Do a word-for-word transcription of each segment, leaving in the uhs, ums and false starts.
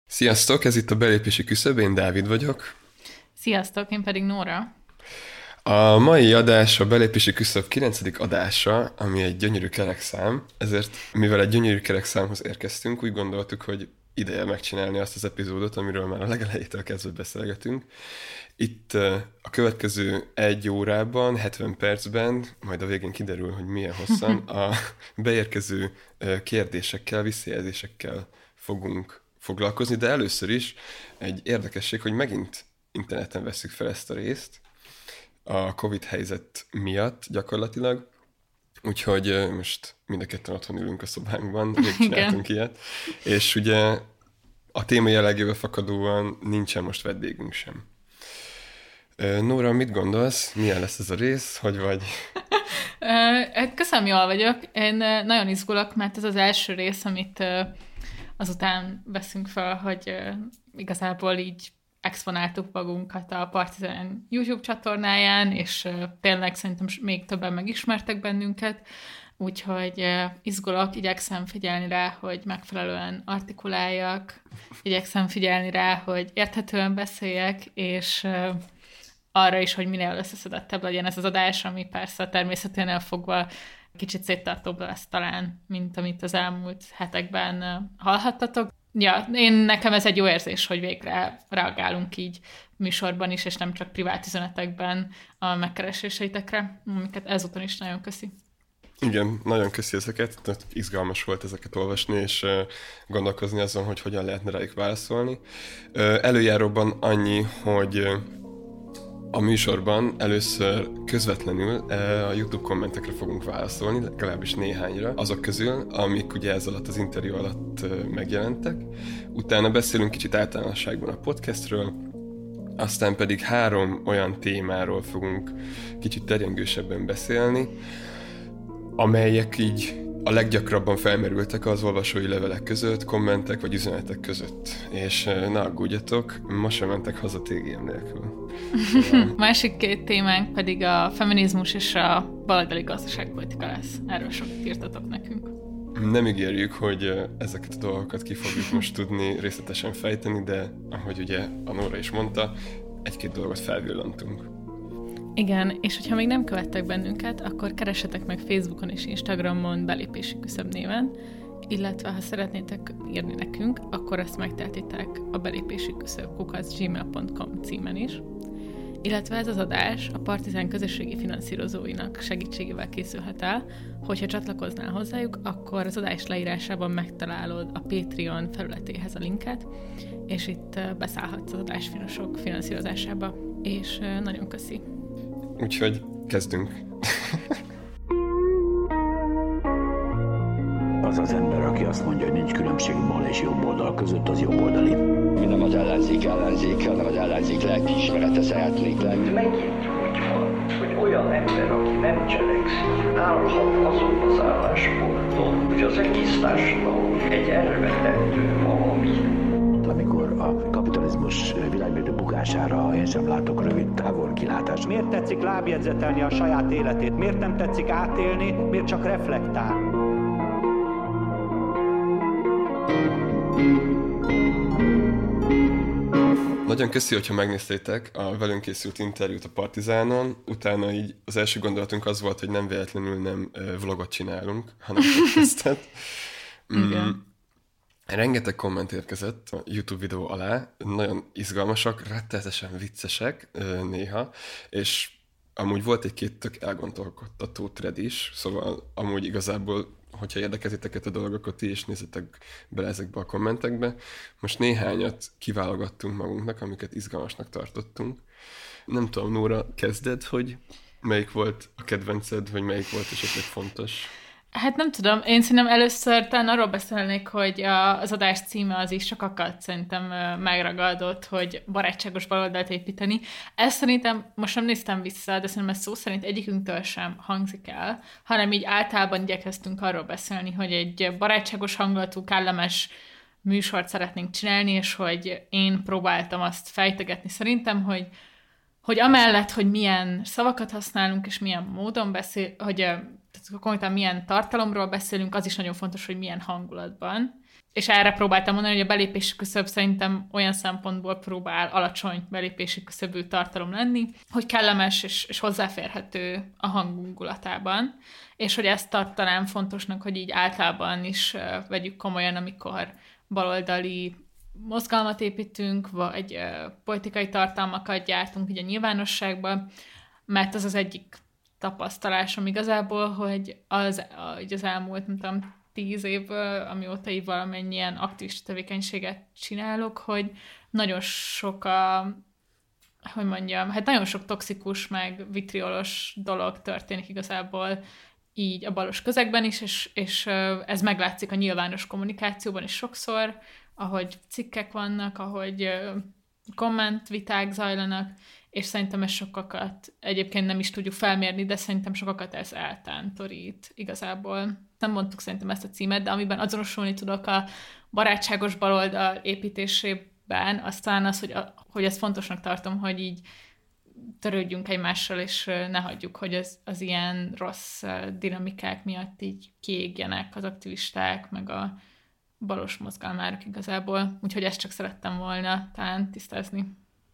Sziasztok, ez itt a Belépési Küszöb, én Dávid vagyok. Sziasztok, én pedig Nóra. A mai adás a Belépési Küszöb kilencedik adása, ami egy gyönyörű kerekszám, ezért mivel egy gyönyörű kerekszámhoz érkeztünk, úgy gondoltuk, hogy ideje megcsinálni azt az epizódot, amiről már a legelejétől kezdve beszélgetünk. Itt a következő egy órában, hetven percben, majd a végén kiderül, hogy milyen hosszan, a beérkező kérdésekkel, visszajelzésekkel fogunk foglalkozni, de először is egy érdekesség, hogy megint interneten veszük fel ezt a részt, a Covid helyzet miatt gyakorlatilag, úgyhogy most mind a ketten otthon ülünk a szobánkban, még csináltunk ilyet, és ugye a téma jellegével fakadóan nincsen most vendégünk sem. Nóra, mit gondolsz? Milyen lesz ez a rész? Hogy vagy? Köszönöm, jól vagyok. Én nagyon izgulok, mert ez az első rész, amit azután veszünk fel, hogy igazából így exponáltuk magunkat a Partizán YouTube csatornáján, és tényleg szerintem még többen megismertek bennünket, úgyhogy izgulok, igyekszem figyelni rá, hogy megfelelően artikuláljak, igyekszem figyelni rá, hogy érthetően beszéljek, és arra is, hogy minél összeszedettebb legyen ez az adás, ami persze a természeténél fogva kicsit széttartóbb lesz talán, mint amit az elmúlt hetekben hallhattatok. Ja, én nekem ez egy jó érzés, hogy végre reagálunk így műsorban is, és nem csak privát üzenetekben a megkereséseitekre, amiket ezúton is nagyon köszi. Igen, nagyon köszi ezeket, izgalmas volt ezeket olvasni, és gondolkozni azon, hogy hogyan lehetne rájuk válaszolni. Előjáróban annyi, hogy a műsorban először közvetlenül a YouTube kommentekre fogunk válaszolni, legalábbis néhányra, azok közül, amik ugye ez alatt az interjú alatt megjelentek. Utána beszélünk kicsit általánosságban a podcastről, aztán pedig három olyan témáról fogunk kicsit terjengősebben beszélni, amelyek így a leggyakrabban felmerültek az olvasói levelek között, kommentek vagy üzenetek között. És ne aggódjatok, ma sem mentek haza té gé em nélkül. Szóval... Másik két témánk pedig a feminizmus és a baloldali gazdaságpolitika lesz. Erről sokat írtatok nekünk. Nem ígérjük, hogy ezeket a dolgokat ki fogjuk most tudni részletesen fejteni, de ahogy ugye a Nóra is mondta, egy-két dolgot felvillantunk. Igen, és hogyha még nem követtek bennünket, akkor keressetek meg Facebookon és Instagramon Belépési Küszöb néven, illetve ha szeretnétek írni nekünk, akkor azt megtehetitek a belépési küszöb kukac gmail pont com címen is. Illetve ez az adás a Partizán közösségi finanszírozóinak segítségével készülhet el, hogyha csatlakoznál hozzájuk, akkor az adás leírásában megtalálod a Patreon felületéhez a linket, és itt beszállhatsz az adásfinosok finanszírozásába, és nagyon köszi. Úgyhogy kezdünk. Az az ember, aki azt mondja, hogy nincs különbség bal és jobb oldal között, az jobb oldali. Mi nem az ellenzék ellenzék, hanem az ellenzék lelkiismerete szeretnék lenni. Megint úgy van, hogy olyan ember, aki nem cselekszik, állhat azon az állásponton, hogy az egész társadalom egy elvetendő valami. Amikor a kapitalizmus világmérdő bukására én sem látok rövid távol kilátást. Miért tetszik lábjegyzetelni a saját életét? Miért nem tetszik átélni? Miért csak reflektál? Nagyon köszi, hogyha megnéztétek a velünk készült interjút a Partizánon, utána így az első gondolatunk az volt, hogy nem véletlenül nem vlogot csinálunk, hanem podcastet. Igen. Rengeteg komment érkezett a YouTube videó alá, nagyon izgalmasak, rettenetesen viccesek néha, és amúgy volt egy-két tök elgondolkodtató thread is, szóval amúgy igazából, hogyha érdekel titeket a dolgok, akkor ti is nézzetek bele ezekbe a kommentekbe. Most néhányat kiválogattunk magunknak, amiket izgalmasnak tartottunk. Nem tudom, Nóra, kezded, hogy melyik volt a kedvenced, vagy melyik volt esetleg fontos? Hát nem tudom, én szerintem először talán arról beszélnék, hogy az adás címe az is sokakat szerintem megragadott, hogy barátságos baloldalt építeni. Ezt szerintem, most nem néztem vissza, de szerintem ez szó szerint egyikünktől sem hangzik el, hanem így általában igyekeztünk arról beszélni, hogy egy barátságos hangulatú, kellemes műsort szeretnénk csinálni, és hogy én próbáltam azt fejtegetni szerintem, hogy hogy amellett, hogy milyen szavakat használunk, és milyen módon beszél, hogy tehát konkrétan milyen tartalomról beszélünk, az is nagyon fontos, hogy milyen hangulatban. és erre próbáltam mondani, hogy a belépési küszöb szerintem olyan szempontból próbál alacsony belépési küszöbű tartalom lenni, hogy kellemes és, és hozzáférhető a hangulatában, és hogy ezt tartanám fontosnak, hogy így általában is uh, vegyük komolyan, amikor baloldali mozgalmat építünk, vagy uh, politikai tartalmakat gyártunk így a nyilvánosságban, mert az az egyik tapasztalásom igazából, hogy az, az elmúlt, nem tudom, tíz évből, amióta így valamennyien aktivista tevékenységet csinálok, hogy nagyon sok a, hogy mondjam, hát nagyon sok toxikus, meg vitriolos dolog történik igazából így a balos közegben is, és, és ez meglátszik a nyilvános kommunikációban is sokszor, ahogy cikkek vannak, ahogy kommentviták zajlanak, és szerintem ez sokakat, egyébként nem is tudjuk felmérni, de szerintem sokakat ez eltántorít igazából. Nem mondtuk szerintem ezt a címet, de amiben azonosulni tudok a barátságos baloldal építésében, aztán az, hogy, a, hogy ezt fontosnak tartom, hogy így törődjünk egymással, és ne hagyjuk, hogy az, az ilyen rossz dinamikák miatt így kiégjenek az aktivisták, meg a balos mozgalmárok igazából. Úgyhogy ezt csak szerettem volna talán tisztázni.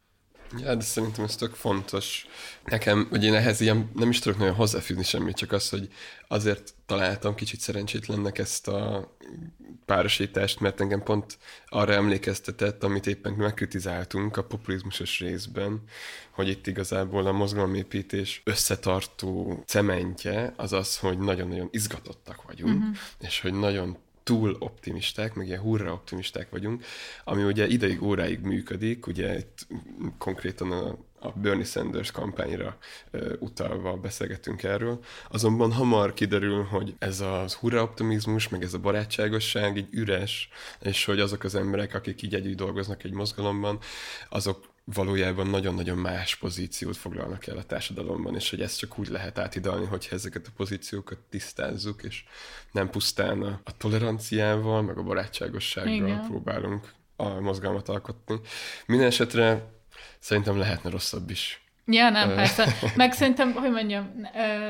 Ja, de szerintem ez tök fontos. Nekem, hogy én ehhez ilyen nem is tudok nagyon hozzáfűzni semmit, csak az, hogy azért találtam kicsit szerencsétlennek ezt a párosítást, mert engem pont arra emlékeztetett, amit éppen megkritizáltunk a populizmusos részben, hogy itt igazából a mozgalomépítés összetartó cementje az az, hogy nagyon-nagyon izgatottak vagyunk, uh-huh. és hogy nagyon túl optimisták, meg ilyen hurra optimisták vagyunk, ami ugye ideig, óráig működik, ugye itt konkrétan a, a Bernie Sanders kampányra uh, utalva beszélgetünk erről, azonban hamar kiderül, hogy ez a hurra optimizmus, meg ez a barátságosság így üres, és hogy azok az emberek, akik így együtt dolgoznak egy mozgalomban, azok valójában nagyon-nagyon más pozíciót foglalnak el a társadalomban, és hogy ezt csak úgy lehet átidalni, hogyha ezeket a pozíciókat tisztázzuk, és nem pusztán a, a toleranciával, meg a barátságossággal Igen. próbálunk a mozgalmat alkotni. Minden esetre szerintem lehetne rosszabb is. Ja, nem, persze. Meg szerintem, hogy mondjam,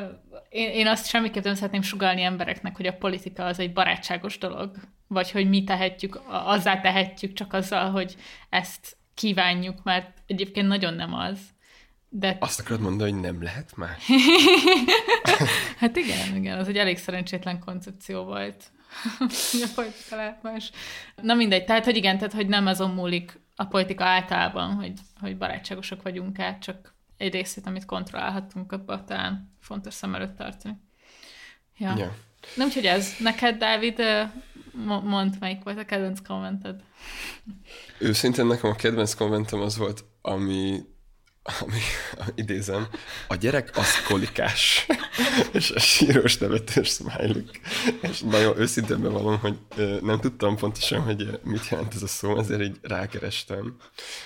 én, én azt semmiképp nem szeretném sugallni embereknek, hogy a politika az egy barátságos dolog, vagy hogy mi tehetjük, azzá tehetjük csak azzal, hogy ezt kívánjuk, mert egyébként nagyon nem az. De... Azt akarod mondani, hogy nem lehet már? Hát igen, igen, az egy elég szerencsétlen koncepció volt. A politika lehet más. Na mindegy, tehát hogy igen, tehát hogy nem azon múlik a politika általában, hogy, hogy barátságosak vagyunk-e, csak egy részét, amit kontrollálhatunk, abban talán fontos szem előtt tartani. Ja. ja. Na úgyhogy ez. Neked, Dávid, mondd, melyik volt a kedvenc kommented? Őszintén nekem a kedvenc kommentem az volt, ami, ami idézem, a gyerek az kolikás, és a sírós nevetős smiley. És nagyon őszintén bevallom, hogy nem tudtam pontosan, hogy mit jelent ez a szó, ezért így rákerestem.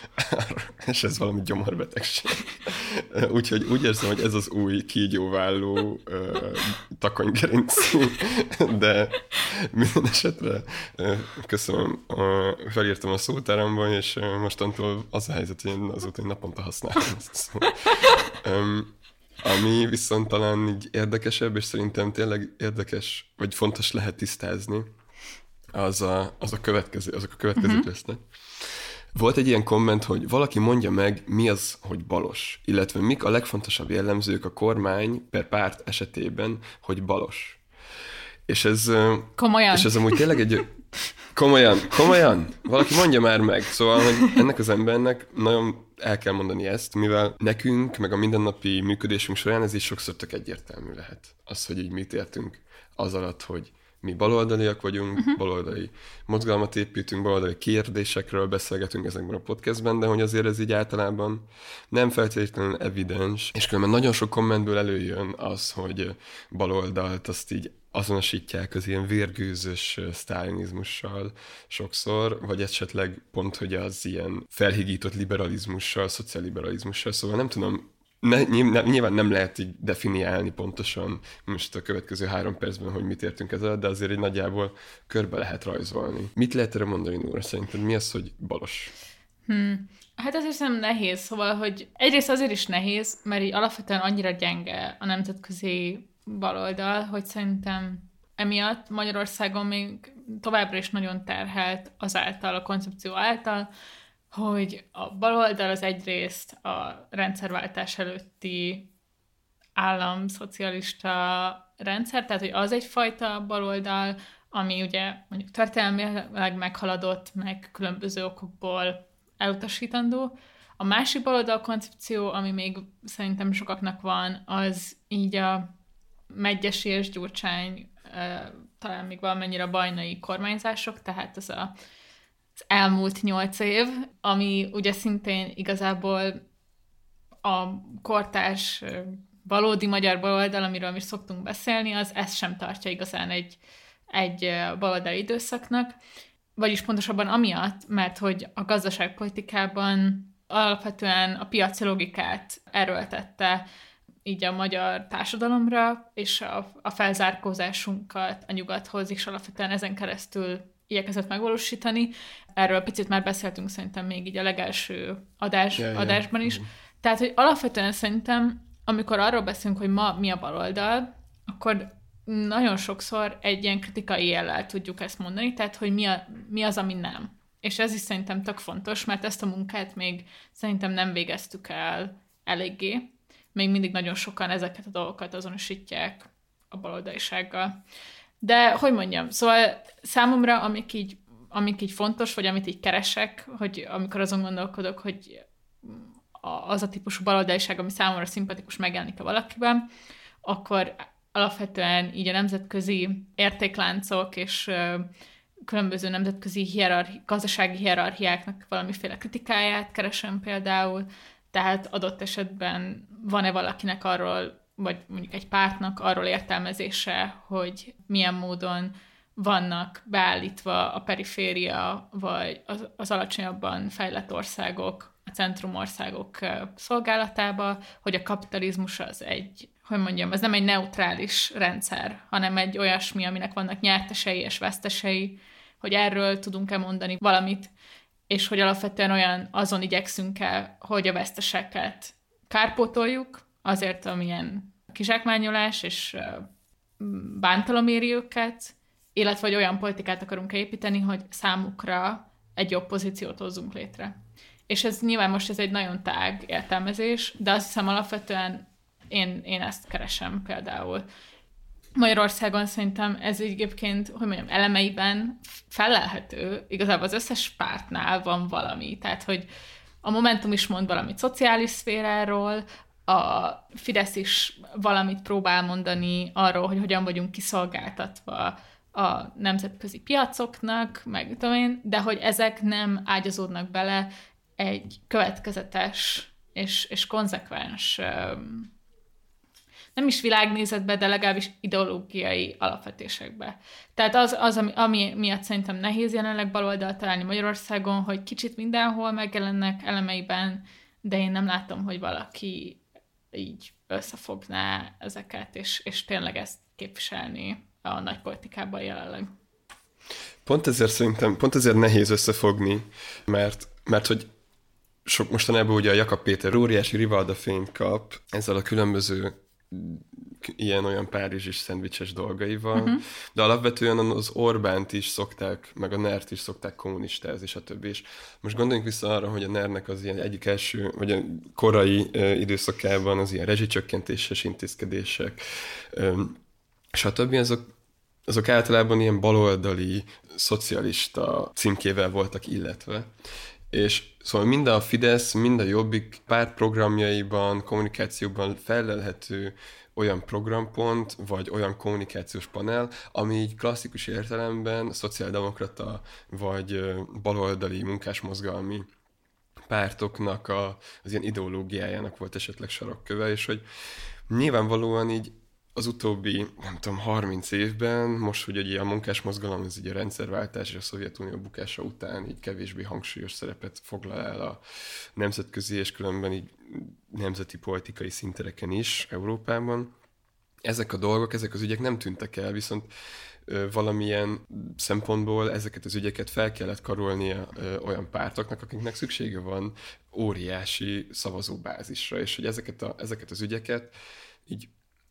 És ez valami gyomorbetegség. Úgyhogy úgy érzem, hogy ez az új kígyóválló uh, takonygerinc. De minden esetre uh, köszönöm, uh, felírtam a szótáramban, és uh, mostantól az a helyzet, hogy én azóta én naponta használom ezt a szót. Um, ami viszont talán így érdekesebb, és szerintem tényleg érdekes, vagy fontos lehet tisztázni, az a, az a következő, azok a következők uh-huh. lesznek. Volt egy ilyen komment, hogy valaki mondja meg, mi az, hogy balos, illetve mik a legfontosabb jellemzők a kormány per párt esetében, hogy balos. És ez... Komolyan. És ez amúgy tényleg egy... Komolyan, komolyan. Valaki mondja már meg. Szóval, hogy ennek az embernek nagyon el kell mondani ezt, mivel nekünk, meg a mindennapi működésünk során ez is sokszor tök egyértelmű lehet. Az, hogy így mit értünk az alatt, hogy mi baloldaliak vagyunk, uh-huh. baloldali mozgalmat építünk, baloldali kérdésekről beszélgetünk ezekben a podcastben, de hogy azért ez így általában nem feltétlenül evidens, és különben nagyon sok kommentből előjön az, hogy baloldalt azt így azonosítják az ilyen vérgőzös sztálinizmussal sokszor, vagy esetleg pont, hogy az ilyen felhigított liberalizmussal, szociálliberalizmussal, szóval nem tudom, Ne, nyilván nem lehet így definiálni pontosan most a következő három percben, hogy mit értünk ezzel, de azért egy nagyjából körbe lehet rajzolni. Mit lehet erre mondani, Nóra? Szerinted mi az, hogy balos? Hmm. Hát azért szerintem nehéz, szóval, hogy egyrészt azért is nehéz, mert így alapvetően annyira gyenge a nemzetközi baloldal, hogy szerintem emiatt Magyarországon még továbbra is nagyon terhelt azáltal, a koncepció által, hogy a baloldal az egyrészt a rendszerváltás előtti államszocialista rendszer, tehát hogy az egyfajta baloldal, ami ugye mondjuk történelmileg meghaladott, meg különböző okokból elutasítandó. A másik baloldal koncepció, ami még szerintem sokaknak van, az így a Medgyessy és Gyurcsány, talán még valamennyire a bajnai kormányzások, tehát az a, az elmúlt nyolc év, ami ugye szintén igazából a kortárs valódi magyar baloldal, amiről mi szoktunk beszélni, az ezt sem tartja igazán egy, egy baloldali időszaknak, vagyis pontosabban amiatt, mert hogy a gazdaságpolitikában alapvetően a piaci logikát erőltette így a magyar társadalomra, és a, a felzárkózásunkat a nyugathoz is alapvetően ezen keresztül igyekezett megvalósítani. Erről picit már beszéltünk szerintem még így a legelső adás, yeah, adásban yeah. is. Tehát, hogy alapvetően szerintem, amikor arról beszélünk, hogy ma mi a baloldal, akkor nagyon sokszor egy ilyen kritikai éllel tudjuk ezt mondani, tehát, hogy mi, a, mi az, ami nem. És ez is szerintem tök fontos, mert ezt a munkát még szerintem nem végeztük el eléggé. Még mindig nagyon sokan ezeket a dolgokat azonosítják a baloldalisággal. De, hogy mondjam, szóval számomra, amik így, amik így fontos, vagy amit így keresek, hogy amikor azon gondolkodok, hogy az a típusú baloldaliság, ami számomra szimpatikus, megjelenik-e valakiben, akkor alapvetően így a nemzetközi értékláncok és különböző nemzetközi hierarchi- gazdasági hierarchiáknak valamiféle kritikáját keresem például, tehát adott esetben van-e valakinek arról, vagy mondjuk egy pártnak arról értelmezése, hogy milyen módon vannak beállítva a periféria, vagy az, az alacsonyabban fejlett országok, a centrumországok szolgálatába, hogy a kapitalizmus az egy, hogy mondjam, ez nem egy neutrális rendszer, hanem egy olyasmi, aminek vannak nyertesei és vesztesei, hogy erről tudunk-e mondani valamit, és hogy alapvetően olyan azon igyekszünk el, hogy a veszteseket kárpótoljuk, azért, amilyen kizsákmányolás és bántalom éri őket, illetve hogy olyan politikát akarunk építeni, hogy számukra egy jobb pozíciót hozzunk létre. És ez nyilván most ez egy nagyon tág értelmezés, de azt hiszem alapvetően én, én ezt keresem például. Magyarországon szerintem ez egyébként, hogy mondjam, elemeiben fellelhető, igazából az összes pártnál van valami, tehát hogy a Momentum is mond valamit szociális szféráról, a Fidesz is valamit próbál mondani arról, hogy hogyan vagyunk kiszolgáltatva a nemzetközi piacoknak, meg tudom én, de hogy ezek nem ágyazódnak bele egy következetes és, és konzekvens, nem is világnézetbe, de legalábbis ideológiai alapvetésekbe. Tehát az, az ami, ami miatt szerintem nehéz jelenleg baloldalt találni Magyarországon, hogy kicsit mindenhol megjelennek elemeiben, de én nem látom, hogy valaki így összefogná ezeket, és, és tényleg ezt képviselni a nagypolitikában jelenleg. Pont ezért szerintem, pont ezért nehéz összefogni, mert, mert hogy sok mostanában ugye a Jakab Péter óriási rivalda fényt kap ezzel a különböző ilyen-olyan párizsis szendvicses dolgaival, uh-huh. de alapvetően az Orbánt is szokták, meg a nert is szokták kommunistázni, stb. És most gondoljunk vissza arra, hogy a nernek az ilyen egyik első, vagy a korai uh, időszakában az ilyen rezsicsökkentéses intézkedések, um, stb. Azok, azok általában ilyen baloldali, szocialista címkével voltak illetve. És szóval mind a Fidesz, mind a Jobbik pártprogramjaiban, kommunikációban fellelhető olyan programpont, vagy olyan kommunikációs panel, ami így klasszikus értelemben szociáldemokrata, vagy baloldali munkásmozgalmi pártoknak a, az ilyen ideológiájának volt esetleg sarokköve, és hogy nyilvánvalóan így az utóbbi, nem tudom, harminc évben, most, hogy ugye a munkásmozgalom, ez ugye a rendszerváltás és a Szovjetunió bukása után így kevésbé hangsúlyos szerepet foglal el a nemzetközi és különben így nemzeti politikai szintereken is Európában. Ezek a dolgok, ezek az ügyek nem tűntek el, viszont ö, valamilyen szempontból ezeket az ügyeket fel kellett karolnia ö, olyan pártoknak, akiknek szüksége van óriási szavazóbázisra, és hogy ezeket, a, ezeket az ügyeket így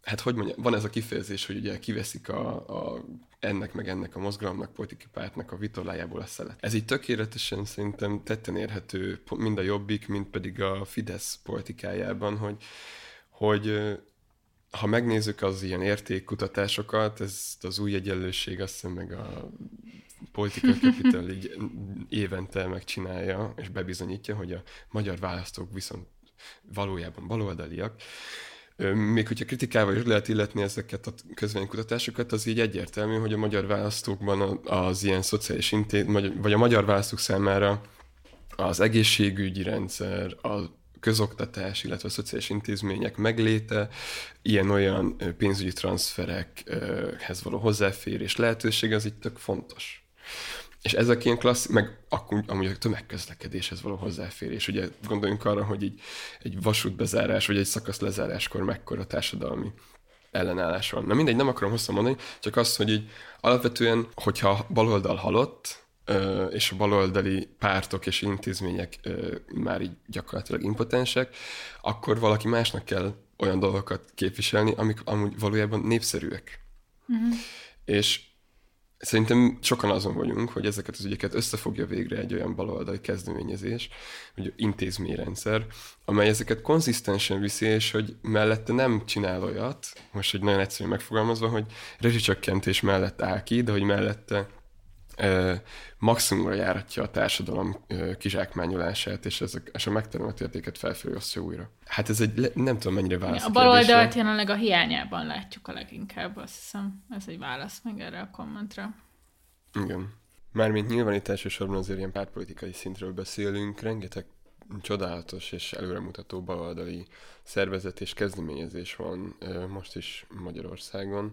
hát hogy mondjam, van ez a kifejezés, hogy ugye kiveszik a, a ennek meg ennek a mozgalomnak, politikai pártnak a vitorlájából a szelet. Ez így tökéletesen szerintem tetten érhető mind a Jobbik, mind pedig a Fidesz politikájában, hogy, hogy ha megnézzük az ilyen értékkutatásokat, ez az új egyenlőség, azt hiszem meg a Political Capital így évente megcsinálja, és bebizonyítja, hogy a magyar választók viszont valójában baloldaliak. Még hogyha kritikával is lehet illetni ezeket a közvéleménykutatásokat, az így egyértelmű, hogy a magyar választókban az ilyen szociális intéz, vagy a magyar választók számára az egészségügyi rendszer, a közoktatás, illetve a szociális intézmények megléte, ilyen-olyan pénzügyi transzferekhez való hozzáférés lehetőség, az így tök fontos. És ezek ilyen klassz, meg akkor amúgy a tömegközlekedéshez való hozzáférés. Ugye gondoljunk arra, hogy így egy vasútbezárás, vagy egy szakasz lezáráskor mekkora társadalmi ellenállás van. Na mindegy, nem akarom hosszan mondani, csak az, hogy így alapvetően, hogyha baloldal halott, és a baloldali pártok és intézmények már így gyakorlatilag impotensek, akkor valaki másnak kell olyan dolgokat képviselni, amik amúgy valójában népszerűek. Uh-huh. És szerintem sokan azon vagyunk, hogy ezeket az ügyeket összefogja végre egy olyan baloldali kezdeményezés, vagy intézményrendszer, amely ezeket konzisztensen viszi, és hogy mellette nem csinál olyat, most egy nagyon egyszerűen megfogalmazva, hogy rezsicsökkentés mellett áll ki, de hogy mellette eh, maximumra járatja a társadalom eh, kizsákmányolását, és, ezek, és a megtermelt értéket felfelé osztja újra. Hát ez egy, nem tudom mennyire válasz. A baloldalt jelenleg a hiányában látjuk a leginkább, azt hiszem. Ez egy válasz meg erre a kommentre. Igen. Mármint nyilván itt elsősorban azért ilyen pártpolitikai szintről beszélünk, rengeteg csodálatos és előremutató baloldali szervezet és kezdeményezés van most is Magyarországon.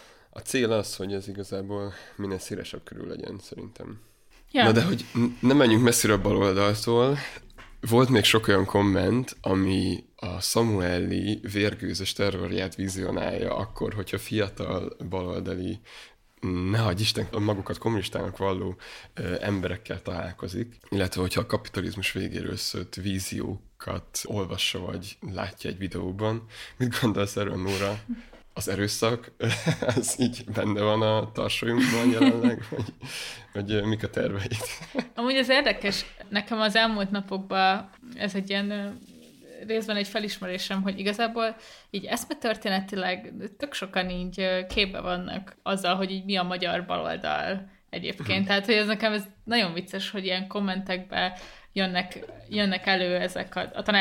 A cél az, hogy ez igazából minél szélesebb körül legyen, szerintem. Ja. Na de hogy nem menjünk messzire a baloldaltól, volt még sok olyan komment, ami a Samueli vérgőzös terrorját vizionálja akkor, hogyha fiatal baloldali, ne hagyj Isten, magukat kommunistának valló ö, emberekkel találkozik, illetve hogyha a kapitalizmus végéről szőtt víziókat olvassa vagy látja egy videóban. Mit gondolsz erről, Nóra? Az erőszak, az így benne van a tarsolyunkban jelenleg, vagy, vagy mik a terveid? Amúgy ez érdekes. Nekem az elmúlt napokban ez egy ilyen részben egy felismerésem, hogy igazából így eszmetörténetileg tök sokan így képbe vannak azzal, hogy így mi a magyar baloldal egyébként. Tehát, hogy ez nekem ez nagyon vicces, hogy ilyen kommentekben jönnek, jönnek elő ezek a, a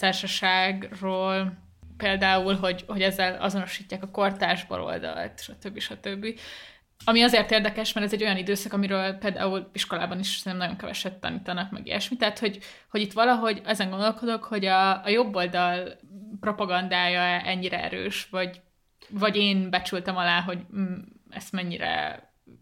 tanácsköztársaságról, például, hogy, hogy ezzel azonosítják a kortárs baloldalt, stb. stb. Ami azért érdekes, mert ez egy olyan időszak, amiről például iskolában is szerintem nagyon keveset tanítanak, meg ilyesmi. Tehát, hogy, hogy itt valahogy ezen gondolkodok, hogy a, a jobb oldal propagandája ennyire erős, vagy, vagy én becsültem alá, hogy mm, ezt mennyire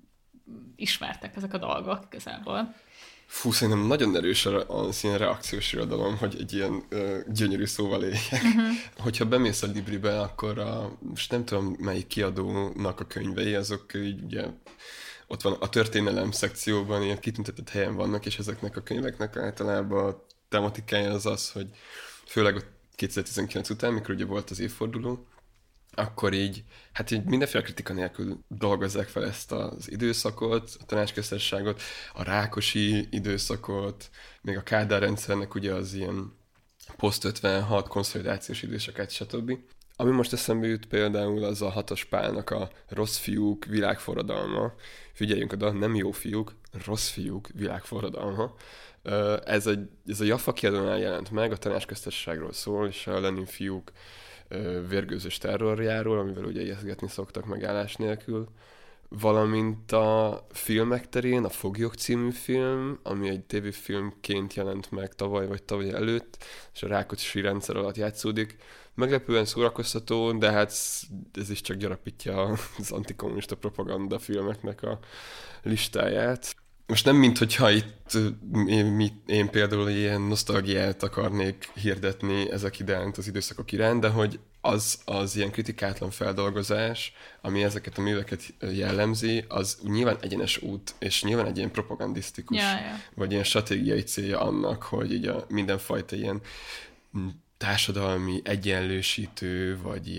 ismertek ezek a dolgok igazából. Fú, szerintem nagyon erős az ilyen reakciós irodalom, hogy egy ilyen uh, gyönyörű szóval éljek. Uh-huh. Hogyha bemész a Libribe, akkor a, most nem tudom melyik kiadónak a könyvei, azok így ugye ott van a történelem szekcióban, ilyen kitüntetett helyen vannak, és ezeknek a könyveknek általában a tematikája az az, hogy főleg a kétezer-tizenkilenc után, mikor ugye volt az évforduló, akkor így, hát így mindenféle kritika nélkül dolgozzák fel ezt az időszakot, a tanácsköztársaságot, a Rákosi időszakot, még a Kádár rendszernek ugye az ilyen poszt ötvenhat konszolidációs időszakát, stb. Ami most eszembe jut például, az a Hatos Pálnak a Rossz fiúk világforradalma. Figyeljünk oda, nem jó fiúk, rossz fiúk világforradalma. Ez a, ez a Jaffa kiadónál jelent meg, a tanácsköztársaságról szól, és a Lenin fiúk vérgőzös terrorjáról, amivel ugye ijeszgetni szoktak megállás nélkül, valamint a filmek terén a Foglyok című film, ami egy tévéfilmként jelent meg tavaly vagy tavaly előtt, és a Rákosi rendszer alatt játszódik. Meglepően szórakoztató, de hát ez is csak gyarapítja az antikommunista propaganda filmeknek a listáját. Most nem mint hogyha itt én, én például ilyen nosztalgiát akarnék hirdetni ezek iránt, az időszakok iránt, de hogy az, az ilyen kritikátlan feldolgozás, ami ezeket a műveket jellemzi, az nyilván egyenes út, és nyilván egy ilyen propagandisztikus, ja, ja. vagy ilyen stratégiai célja annak, hogy így a mindenfajta ilyen társadalmi egyenlősítő, vagy ilyen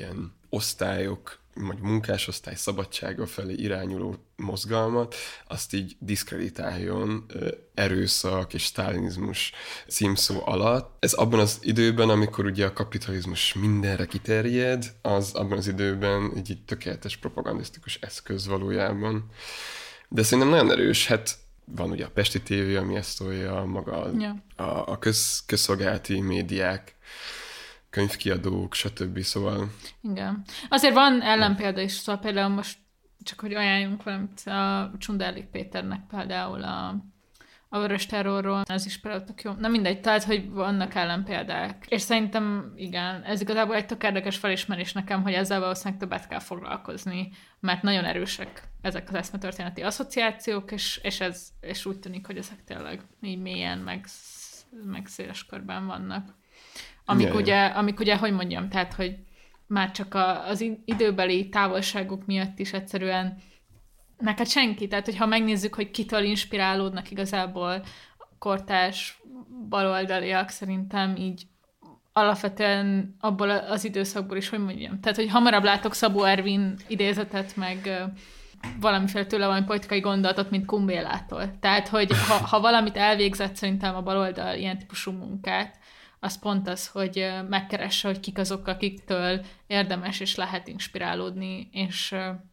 osztályok, vagy munkásosztály szabadsága felé irányuló mozgalmat, azt így diszkreditáljon erőszak és sztálinizmus címszó alatt. Ez abban az időben, amikor ugye a kapitalizmus mindenre kiterjed, az abban az időben egy, egy tökéletes propagandisztikus eszköz valójában. De szerintem nagyon erős, hát van ugye a Pesti té vé, ami ezt tolja, maga ja. a, a köz, közszolgálati médiák, könyvkiadók, stb. Szóval... Igen. Azért van ellenpélda is, szóval például most csak, hogy ajánljunk valamit, a Csunderlik Péternek például a, a Vörös Terrorról, ez is például tök jó. Na mindegy, tehát, hogy vannak ellenpéldák. És szerintem, igen, ez igazából egy tök érdekes felismerés nekem, hogy ezzel valószínűleg többet kell foglalkozni, mert nagyon erősek ezek az eszmetörténeti asszociációk, és, és, ez, és úgy tűnik, hogy ezek tényleg így mélyen, meg, meg széles körben vannak. Amik ugye, amik ugye, hogy mondjam, tehát, hogy már csak a, az időbeli távolságok miatt is egyszerűen neked senki, tehát, hogyha megnézzük, hogy kitől inspirálódnak igazából kortárs baloldaliak, szerintem így alapvetően abból az időszakból is, hogy mondjam. Tehát, hogy hamarabb látok Szabó Ervin idézetet, meg valamiféle tőle valami politikai gondolatot, mint Kumbélától. Tehát, hogy ha, ha valamit elvégzett szerintem a baloldal ilyen típusú munkát, az pont az, hogy megkeresse, hogy kik azok, akiktől érdemes és lehet inspirálódni, és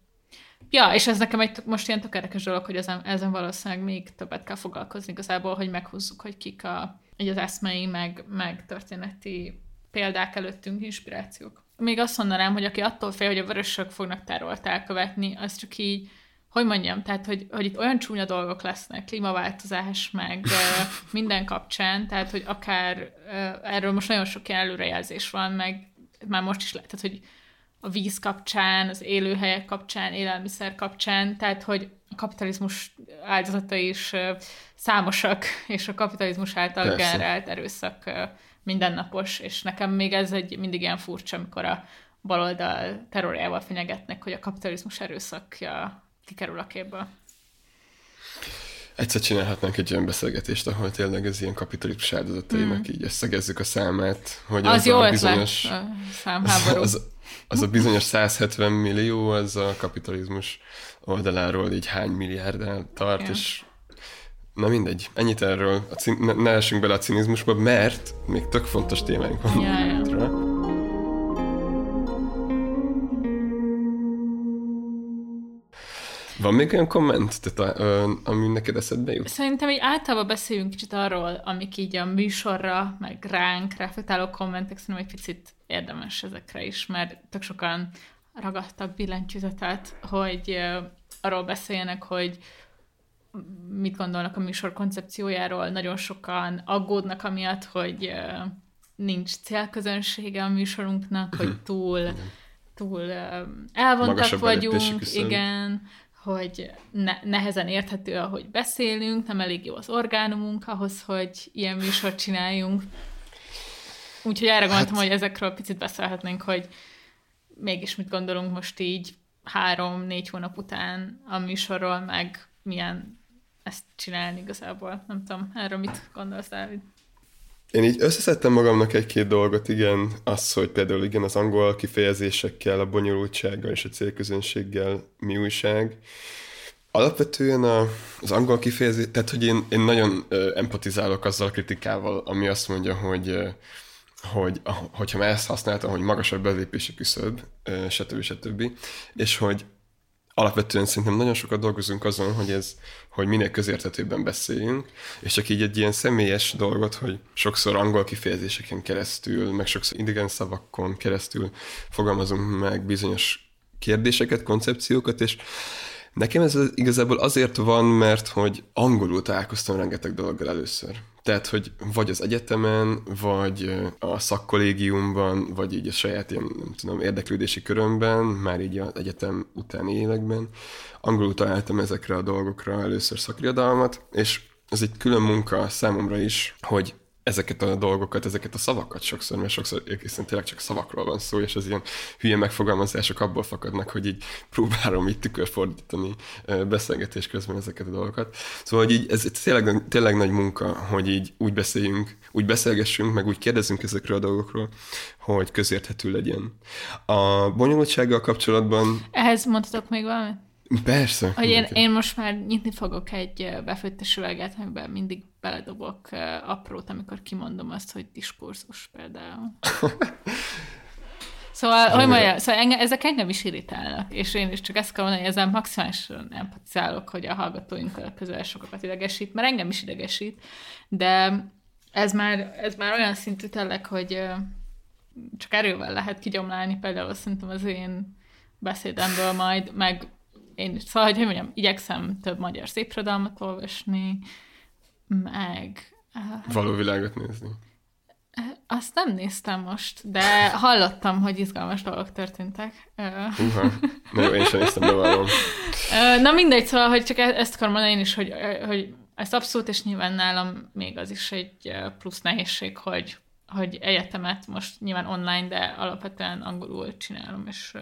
ja, és ez nekem egy most ilyen tök érdekes dolog, hogy ezen, ezen valószínűleg még többet kell foglalkozni igazából, hogy meghúzzuk, hogy kik a, az eszmei, meg, meg történeti példák előttünk, inspirációk. Még azt mondanám, hogy aki attól fél, hogy a vörösök fognak terrolt elkövetni, az csak így, hogy mondjam, tehát, hogy, hogy itt olyan csúnya dolgok lesznek, klímaváltozás, meg uh, minden kapcsán, tehát, hogy akár uh, erről most nagyon sok ilyen előrejelzés van, meg már most is lehet, tehát, hogy a víz kapcsán, az élőhelyek kapcsán, élelmiszer kapcsán, tehát, hogy a kapitalizmus áldozatai is uh, számosak, és a kapitalizmus által Persze. generált erőszak uh, mindennapos, és nekem még ez egy mindig ilyen furcsa, amikor a baloldal terrorjával fenyegetnek, hogy a kapitalizmus erőszakja kikerül a képből. Egyszer csinálhatnánk egy olyan beszélgetést, ahol tényleg az ilyen kapitalizmus áldozatainak mm. így összegezzük a számát, hogy az, az jó a ötlet, bizonyos a számháború. Az, az a bizonyos száz hetven millió, az a kapitalizmus oldaláról így hány milliárdnál tart, ja. és na mindegy, ennyit erről, a cin- ne, ne essünk bele a cinizmusba, mert még tök fontos témáink van. Ja, ja. Van még olyan komment, tehát, ö, ami neked eszedbe jut? Szerintem így általában beszéljünk kicsit arról, amik így a műsorra, meg ránk reflektáló kommentek, szerintem egy picit érdemes ezekre is, mert tök sokan ragadtak billentyűzetet, hogy ö, arról beszéljenek, hogy mit gondolnak a műsor koncepciójáról, nagyon sokan aggódnak amiatt, hogy ö, nincs célközönsége a műsorunknak, hogy túl, túl ö, elvontak Magasabb vagyunk, igen, hogy ne, nehezen érthető, ahogy beszélünk, nem elég jó az orgánumunk ahhoz, hogy ilyen műsort csináljunk. Úgyhogy erre gondoltam, hát... hogy ezekről picit beszélhetnénk, hogy mégis mit gondolunk most így három-négy hónap után a műsorról, meg milyen ezt csinálni igazából. Nem tudom, erről mit gondolsz, Dávid? Én így összeszedtem magamnak egy-két dolgot, igen, az, hogy például igen, az angol kifejezésekkel, a bonyolultsággal és a célközönséggel mi újság. Alapvetően a, az angol kifejezés, tehát hogy én, én nagyon ö, empatizálok azzal a kritikával, ami azt mondja, hogy, ö, hogy hogyha már ezt használtam, hogy magasabb belépési küszöb, ö, stb. stb. És hogy alapvetően szerintem nagyon sokat dolgozunk azon, hogy ez, hogy minél közérthetőbben beszéljünk, és csak így egy ilyen személyes dolgot, hogy sokszor angol kifejezéseken keresztül, meg sokszor idegen szavakon keresztül fogalmazunk meg bizonyos kérdéseket, koncepciókat, és nekem ez igazából azért van, mert hogy angolul találkoztam rengeteg dologgal először. Tehát, hogy vagy az egyetemen, vagy a szakkollégiumban, vagy így a saját ilyen, nem tudom, érdeklődési körömben, már így az egyetem utáni években. Angolul találtam ezekre a dolgokra először szakirodalmat, és ez egy külön munka számomra is, hogy ezeket a dolgokat, ezeket a szavakat sokszor, mert sokszor egészen tényleg csak szavakról van szó, és az ilyen hülye megfogalmazások abból fakadnak, hogy így próbálom így tükörfordítani beszélgetés közben ezeket a dolgokat. Szóval, hogy így ez tényleg, tényleg nagy munka, hogy így úgy beszéljünk, úgy beszélgessünk, meg úgy kérdezzünk ezekről a dolgokról, hogy közérthető legyen. A bonyolultsággal kapcsolatban... Ehhez mondhatok még valamit? Persze. Hogy én, én most már nyitni fogok egy befőttes üveget, amiben mindig beledobok aprót, amikor kimondom azt, hogy diskurzus például. Szóval, hogy mondja, szóval engem, ezek engem is irritálnak, és én is csak ezt kell mondani, hogy ezzel maximálisan empatizálok, hogy a hallgatóinkkal közel sokakat idegesít, mert engem is idegesít, de ez már, ez már olyan szintű tényleg, hogy csak erővel lehet kigyomlálni, például szerintem az én beszédemből majd, meg én, szóval, hogy, hogy mondjam, igyekszem több magyar szépirodalmat olvasni, meg... Való világot nézni. Azt nem néztem most, de hallottam, hogy izgalmas dolgok történtek. Uha, na jó, én sem néztem, de valóban. Na mindegy, szóval, hogy csak ezt akarom mondani én is, hogy, hogy ezt abszolút, és nyilván nálam még az is egy plusz nehézség, hogy, hogy egyetemet most nyilván online, de alapvetően angolul csinálom, és...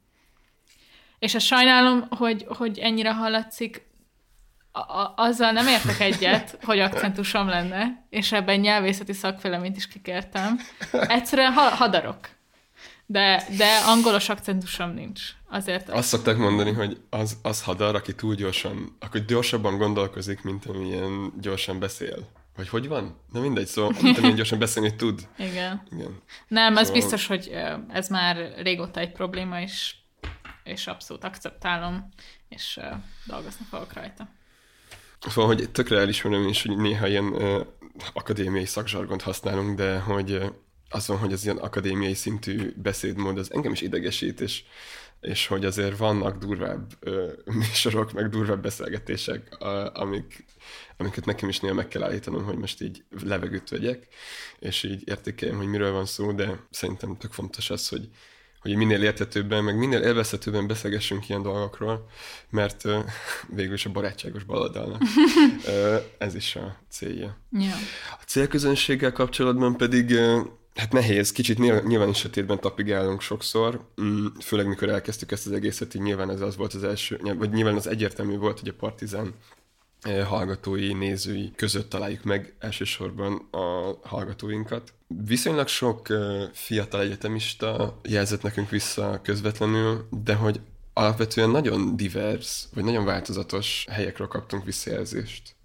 És ezt sajnálom, hogy, hogy ennyire hallatszik, a- azzal nem értek egyet, hogy akcentusom lenne, és ebben nyelvészeti szakvéleményt is kikértem. Egyszerűen ha- hadarok. De, de angolos akcentusom nincs. Azért azt szokták mondani, hogy az, az hadar, aki túl gyorsan, akkor gyorsabban gondolkozik, mint amilyen gyorsan beszél. Vagy hogy van? Na mindegy, szóval mint amilyen gyorsan beszélni tud. Igen. Igen. Nem, szóval... az biztos, hogy ez már régóta egy probléma, és és abszolút akceptálom, és uh, dolgozni fogok rajta. Szóval, hogy tökre elismerem is, hogy néha ilyen uh, akadémiai szakzsargont használunk, de hogy uh, az van, hogy az ilyen akadémiai szintű beszédmód, az engem is idegesít, és, és hogy azért vannak durvább uh, műsorok, meg durvább beszélgetések, uh, amik, amiket nekem is néha meg kell állítanom, hogy most így levegőt vegyek, és így értékeljem, hogy miről van szó, de szerintem tök fontos az, hogy hogy minél érthetőbben, meg minél élvezhetőbben beszélgessünk ilyen dolgokról, mert uh, végül is a barátságos baloldalnak uh, ez is a célja. Ja. A célközönséggel kapcsolatban pedig uh, hát nehéz, kicsit nyilván is sötétben tapigálunk sokszor, mm, főleg mikor elkezdtük ezt az egészet, így nyilván ez az volt az első, vagy nyilván az egyértelmű volt, hogy a Partizán hallgatói, nézői között találjuk meg elsősorban a hallgatóinkat. Viszonylag sok fiatal egyetemista jelzett nekünk vissza közvetlenül, de hogy alapvetően nagyon divers, vagy nagyon változatos helyekről kaptunk visszajelzést.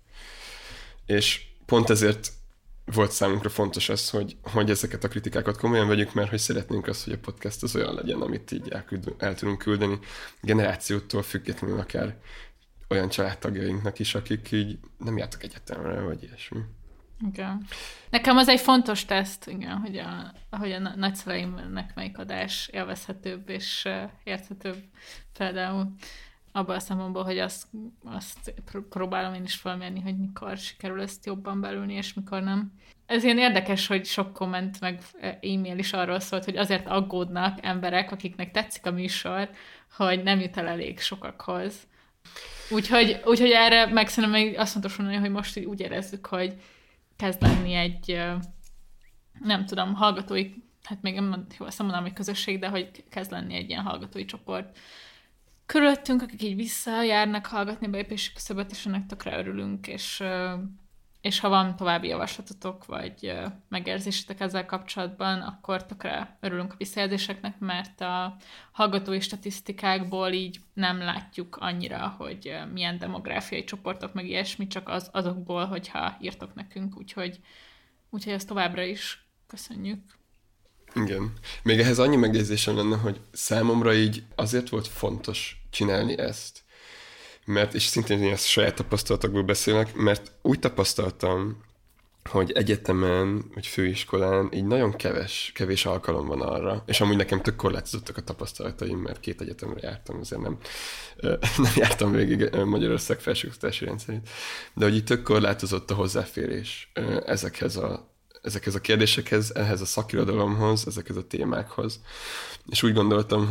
És pont ezért volt számunkra fontos az, hogy, hogy ezeket a kritikákat komolyan vegyük, mert hogy szeretnénk azt, hogy a podcast az olyan legyen, amit így elküld, el tudunk küldeni generációtól függetlenül akár olyan családtagjainknak is, akik így nem jártak egyetemre, vagy ilyesmi. Igen. Nekem az egy fontos teszt, igen, hogy a, hogy a nagyszüleimnek melyik adás élvezhetőbb és érthetőbb például abban a számomból, hogy azt, azt próbálom én is felmérni, hogy mikor sikerül ezt jobban belülni, és mikor nem. Ez ilyen érdekes, hogy sok komment meg e-mail is arról szólt, hogy azért aggódnak emberek, akiknek tetszik a műsor, hogy nem jut el elég sokakhoz. Úgyhogy, úgyhogy erre meg szerintem még azt fontos mondani, hogy most úgy érezzük, hogy kezd lenni egy, nem tudom, hallgatói, hát még nem jó, azt mondanám, hogy közösség, de hogy kezd lenni egy ilyen hallgatói csoport körülöttünk, akik így visszajárnak hallgatni a belépési küszöböt, és ennek tökre örülünk, és, és ha van további javaslatotok, vagy megérzésetek ezzel kapcsolatban, akkor tökre örülünk a visszajelzéseknek, mert a hallgatói statisztikákból így nem látjuk annyira, hogy milyen demográfiai csoportok, meg ilyesmi, csak az, azokból, hogyha írtok nekünk, úgyhogy, úgyhogy ezt továbbra is köszönjük. Igen. Még ehhez annyi megjegyzésem lenne, hogy számomra így azért volt fontos csinálni ezt, mert, és szintén én ezt saját tapasztalatokból beszélek, mert úgy tapasztaltam, hogy egyetemen, vagy főiskolán így nagyon keves, kevés alkalom van arra, és amúgy nekem tök korlátozottak a tapasztalataim, mert két egyetemre jártam, azért nem, nem jártam végig Magyarország felsőoktatási rendszerét, de hogy így tök korlátozott a hozzáférés ezekhez a ezekhez a kérdésekhez, ehhez a szakirodalomhoz, ezekhez a témákhoz. És úgy gondoltam, hogy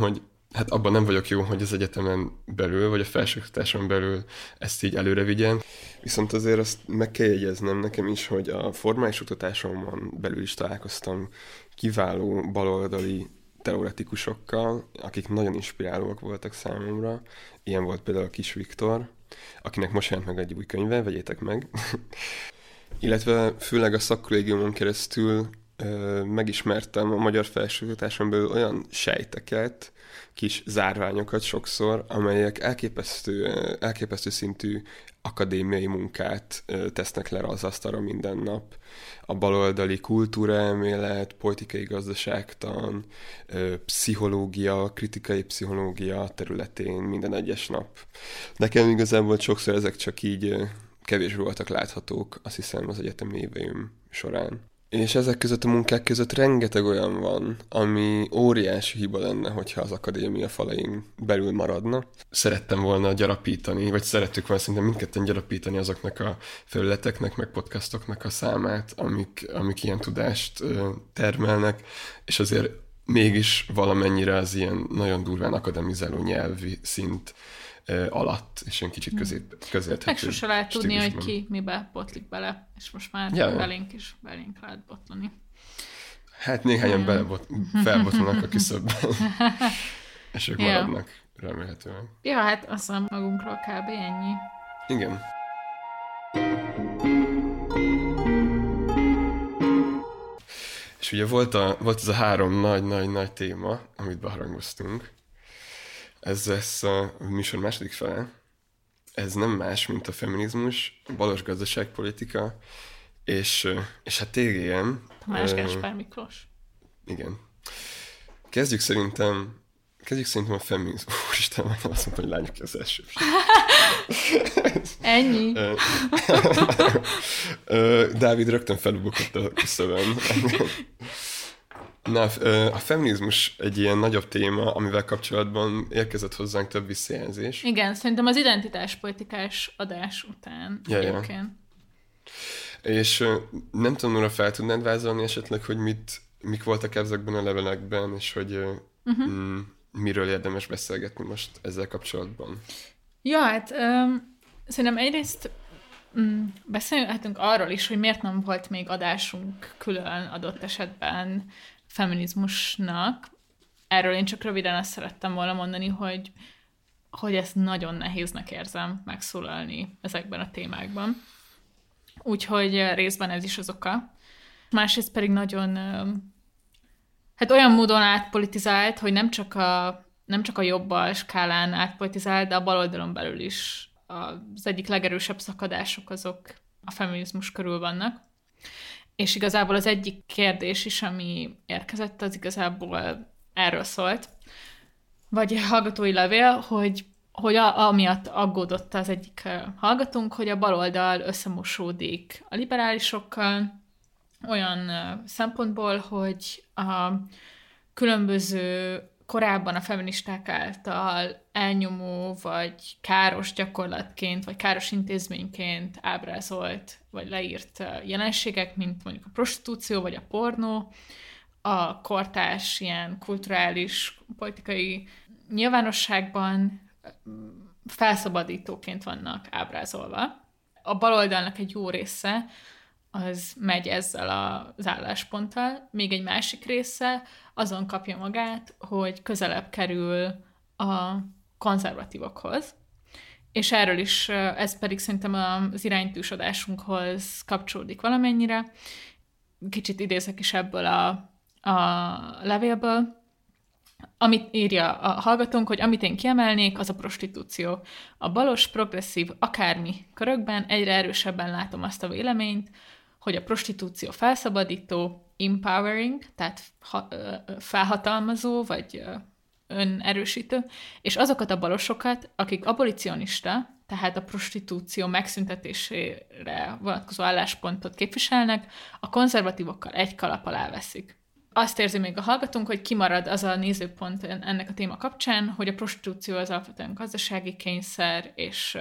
hát abban nem vagyok jó, hogy az egyetemen belül, vagy a felsőoktatáson belül ezt így előre vigyen. Viszont azért azt meg kell jegyeznem nekem is, hogy a formális oktatásomon belül is találkoztam kiváló baloldali teoretikusokkal, akik nagyon inspirálóak voltak számomra. Ilyen volt például a Kis Viktor, akinek most jelent meg egy új könyve, vegyétek meg. Illetve főleg a szakkollégiumon keresztül ö, megismertem a magyar felsőoktatáson belül olyan sejteket, kis zárványokat sokszor, amelyek elképesztő, elképesztő szintű akadémiai munkát tesznek le az asztalra minden nap. A baloldali kultúraelmélet, politikai gazdaságtan, pszichológia, kritikai pszichológia területén minden egyes nap. Nekem igazából sokszor ezek csak így kevés voltak láthatók, azt hiszem az egyetemi éveim során. És ezek között a munkák között rengeteg olyan van, ami óriási hiba lenne, hogyha az akadémia falain belül maradna. Szerettem volna gyarapítani, vagy szerettük volna szerintem mindketten gyarapítani azoknak a felületeknek, meg podcastoknak a számát, amik, amik ilyen tudást termelnek, és azért mégis valamennyire az ilyen nagyon durván akademizáló nyelvi szint alatt, és ilyen kicsit közép, közérthető. Meg sose lehet tudni, hogy ki mibe botlik bele, és most már ja, belénk is belénk lehet botlani. Hát néhányan belebot, felbotlanak a küszöbben, és ők ja. maradnak, remélhetően. Ja, hát azt hiszem magunkról kb. Ennyi. Igen. És ugye volt, a, volt ez a három nagy-nagy-nagy téma, amit beharangoztunk. Ez lesz a műsor második fele. Ez nem más, mint a feminizmus, a balos gazdaságpolitika, és, és hát té gé em. Tamás Gáspár Miklós. Igen. Kezdjük szerintem, kezdjük szerintem a feminizmus. Úristen, majd azt mondtam, hogy lányok az első. Ennyi. Dávid rögtön felbukott a küszöbön. Na, a feminizmus egy ilyen nagyobb téma, amivel kapcsolatban érkezett hozzánk több visszajelzés. Igen, szerintem az identitáspolitikás adás után ja, egyébként. Ja. És nem tudom, Nóra, fel tudnád vázolni esetleg, hogy mit, mik voltak ezekben a levelekben, és hogy uh-huh. mm, miről érdemes beszélgetni most ezzel kapcsolatban? Ja, hát um, szerintem egyrészt um, beszélhetünk arról is, hogy miért nem volt még adásunk külön adott esetben feminizmusnak. Erről én csak röviden azt szerettem volna mondani, hogy, hogy ezt nagyon nehéznek érzem megszólalni ezekben a témákban. Úgyhogy részben ez is az oka. Másrészt pedig nagyon hát olyan módon átpolitizált, hogy nem csak a, nem csak a jobbal skálán átpolitizált, de a baloldalon belül is az egyik legerősebb szakadások azok a feminizmus körül vannak. És igazából az egyik kérdés is, ami érkezett, az igazából erről szólt. Vagy hallgatói levél, hogy, hogy a, amiatt aggódott az egyik hallgatónk, hogy a baloldal összemosódik a liberálisokkal olyan szempontból, hogy a különböző korábban a feministák által elnyomó, vagy káros gyakorlatként, vagy káros intézményként ábrázolt, vagy leírt jelenségek, mint mondjuk a prostitúció, vagy a pornó, a kortárs ilyen kulturális, politikai nyilvánosságban felszabadítóként vannak ábrázolva. A baloldalnak egy jó része az megy ezzel az állásponttal, még egy másik része azon kapja magát, hogy közelebb kerül a konzervatívokhoz. És erről is, ez pedig szerintem az iránytűs adásunkhoz kapcsolódik valamennyire. Kicsit idézek is ebből a, a levélből, amit írja a hallgatónk, hogy amit én kiemelnék, az a prostitúció. A balos, progresszív, akármi körökben egyre erősebben látom azt a véleményt, hogy a prostitúció felszabadító, empowering, tehát ha, felhatalmazó, vagy önerősítő, és azokat a balosokat, akik abolicionista, tehát a prostitúció megszüntetésére vonatkozó álláspontot képviselnek, a konzervatívokkal egy kalap alá veszik. Azt érzi még a hallgatónk, hogy kimarad az a nézőpont ennek a téma kapcsán, hogy a prostitúció az alapvetően gazdasági kényszer, és,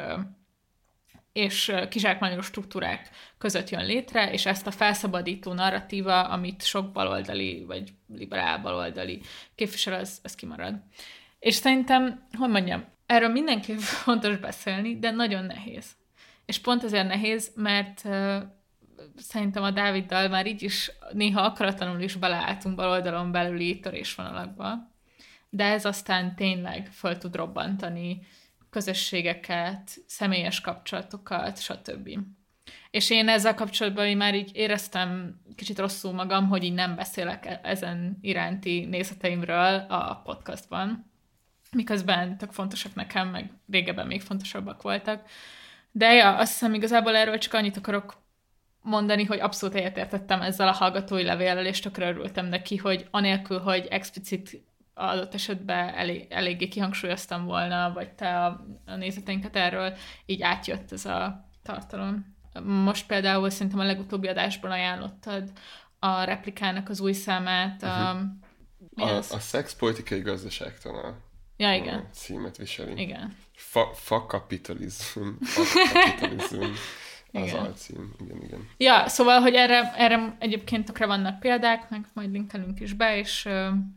és kizsákmányoló struktúrák között jön létre, és ezt a felszabadító narratíva, amit sok baloldali, vagy liberál baloldali képvisel, az, az kimarad. És szerintem, hogy mondjam, erről mindenképp fontos beszélni, de nagyon nehéz. És pont azért nehéz, mert uh, szerintem a Dáviddal már így is néha akaratlanul is beleálltunk baloldalon belüli törésvonalakba, de ez aztán tényleg föl tud robbantani közösségeket, személyes kapcsolatokat, stb. És én ezzel kapcsolatban én már így éreztem kicsit rosszul magam, hogy így nem beszélek ezen iránti nézeteimről a podcastban, miközben tök fontosak nekem, meg régebben még fontosabbak voltak. De ja, azt hiszem igazából erről csak annyit akarok mondani, hogy abszolút egyetértettem ezzel a hallgatói levéllel, és tökre örültem neki, hogy anélkül, hogy explicit adott esetben elég, eléggé kihangsúlyoztam volna, vagy te a, a nézeteinket erről, így átjött ez a tartalom. Most például szerintem a legutóbbi adásban ajánlottad a Replikának az új számát. A, uh-huh. a, a Szex politikai gazdaságtanal. Ja, igen. A címet viseli. Igen. Fa, fa kapitalizm. Fa kapitalizm. Az igen. alcím. Igen, igen. Ja, szóval, hogy erre, erre egyébként tökre vannak példák, meg majd linkelünk is be, és,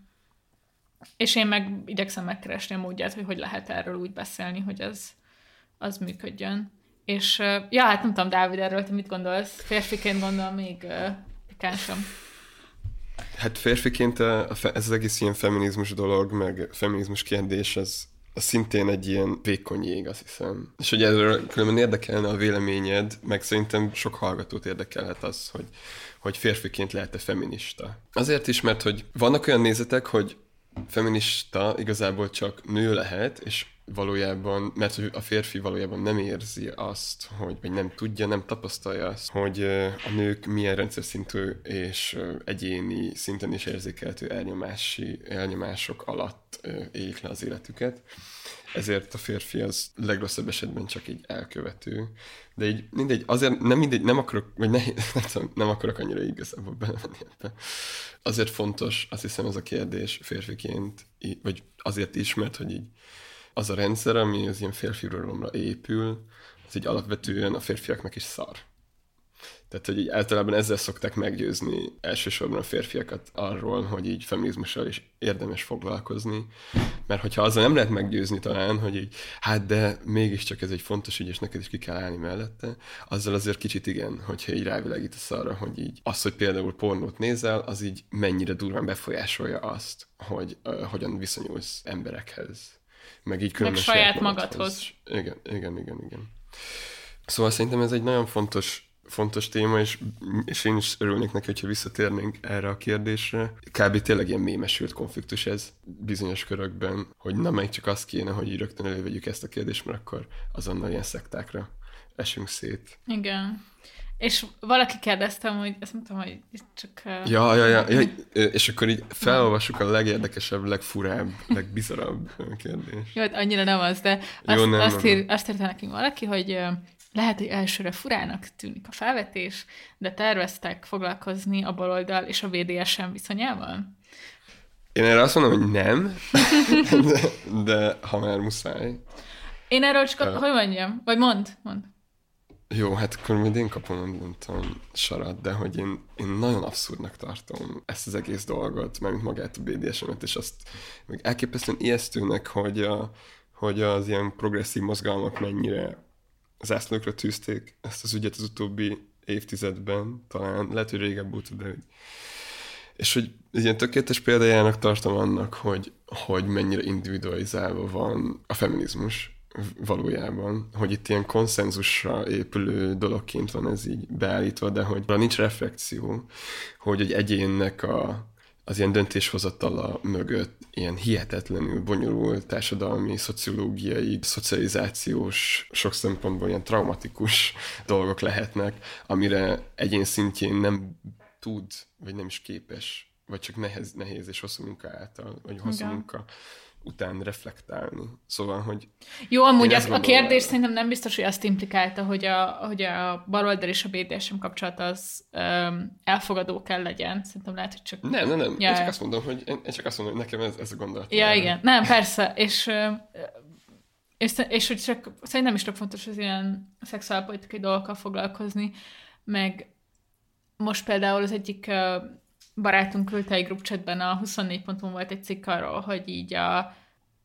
és én meg igyekszem megkeresni a módját, hogy hogy lehet erről úgy beszélni, hogy az, az működjön. És ja, hát nem tudom, Dávid, erről te mit gondolsz? Férfiként gondolom még uh, pikánsam. Hát férfiként a, a, ez az egész ilyen feminizmus dolog, meg feminizmus kérdés, az, az szintén egy ilyen vékony jég, azt hiszem. És hogy erről különben érdekelne a véleményed, meg szerintem sok hallgatót érdekelhet az, hogy, hogy férfiként lehet-e feminista. Azért is, mert hogy vannak olyan nézetek, hogy feminista igazából csak nő lehet, és valójában, mert a férfi valójában nem érzi azt, hogy, vagy nem tudja, nem tapasztalja azt, hogy a nők milyen rendszer szintű és egyéni szinten is érzékelhető elnyomási, elnyomások alatt élik le az életüket. Ezért a férfi az legrosszabb esetben csak így elkövető. De így mindegy, azért nem mindegy, nem akarok, vagy ne, nem, tudom, nem akarok annyira igazából belemenni ebbe. Azért fontos, azt hiszem ez a kérdés férfiként, vagy azért is, mert hogy így az a rendszer, ami az ilyen férfi uralomra épül, az így alapvetően a férfiaknak is szar. Tehát, hogy így általában ezzel szokták meggyőzni elsősorban a férfiakat arról, hogy így feminizmussal is érdemes foglalkozni. Mert hogyha azzal nem lehet meggyőzni talán, hogy így, hát de mégiscsak ez egy fontos ügy, és neked is ki kell állni mellette, azzal azért kicsit igen, hogyha így rávilágítasz arra, hogy így az, hogy például pornót nézel, az így mennyire durván befolyásolja azt, hogy uh, hogyan viszonyulsz emberekhez. Meg így meg saját magadhoz. Igen, igen, igen, igen. Szóval szerintem ez egy nagyon fontos fontos téma, és, és én is örülnék neki, hogyha visszatérnénk erre a kérdésre. Kb. Tényleg ilyen mémesült konfliktus ez bizonyos körökben, hogy na meg csak azt kéne, hogy így rögtön elővegyük ezt a kérdést, mert akkor azonnal ilyen szektákra esünk szét. Igen. És valaki kérdeztem, hogy ezt mondtam, hogy csak... Uh... Ja, ja, ja, ja, és akkor így felolvassuk a legérdekesebb, legfurább, legbizarabb kérdést. Jó, annyira nem az, de azt, Jó, nem, azt, ír, azt írta nekünk valaki, hogy lehet, hogy elsőre furának tűnik a felvetés, de terveztek foglalkozni a baloldal és a vé dé es em viszonyával? Én erre azt mondom, hogy nem, de, de ha már muszáj. Én erről csak, uh, hogy mondjam? Vagy mondd, mondd. Jó, hát akkor majd én kapom, nem tudom, sarat, de hogy én, én nagyon abszurdnak tartom ezt az egész dolgot, mármint magát a bé dé es emet, és azt meg elképesztően ijesztőnek, hogy, a, hogy az ilyen progresszív mozgalmak mennyire zászlókra tűzték ezt az ügyet az utóbbi évtizedben, talán, lehet, hogy régebb óta, de hogy... És hogy egy ilyen tökéletes példájának tartom annak, hogy, hogy mennyire individualizálva van a feminizmus valójában, hogy itt ilyen konszenzusra épülő dologként van ez így beállítva, de hogy nincs reflexió, hogy egy egyénnek a, az ilyen döntéshozatala mögött ilyen hihetetlenül bonyolult társadalmi, szociológiai, szocializációs, sok szempontból ilyen traumatikus dolgok lehetnek, amire egyén szintjén nem tud, vagy nem is képes, vagy csak nehéz, nehéz és hosszú munka által, vagy hosszú okay. munka után reflektálni. Szóval, hogy... Jó, amúgy a, a kérdés szerintem nem biztos, hogy azt implikálta, hogy a, hogy a baloldal és a bé dé es em kapcsolat az um, elfogadó kell legyen. Szerintem lehet, hogy csak... Nem, nem, nem. Ja. Én csak azt mondom, hogy, én, én csak azt mondom, hogy nekem ez, ez a gondolat. Ja, igen. Nem, persze. És, és, és hogy csak szerintem is tök fontos az ilyen szexuálpolitikai dolgokkal foglalkozni, meg most például az egyik barátunk küldte egy group chatben, a huszonnégy pont hu volt egy cikk arról, hogy így a,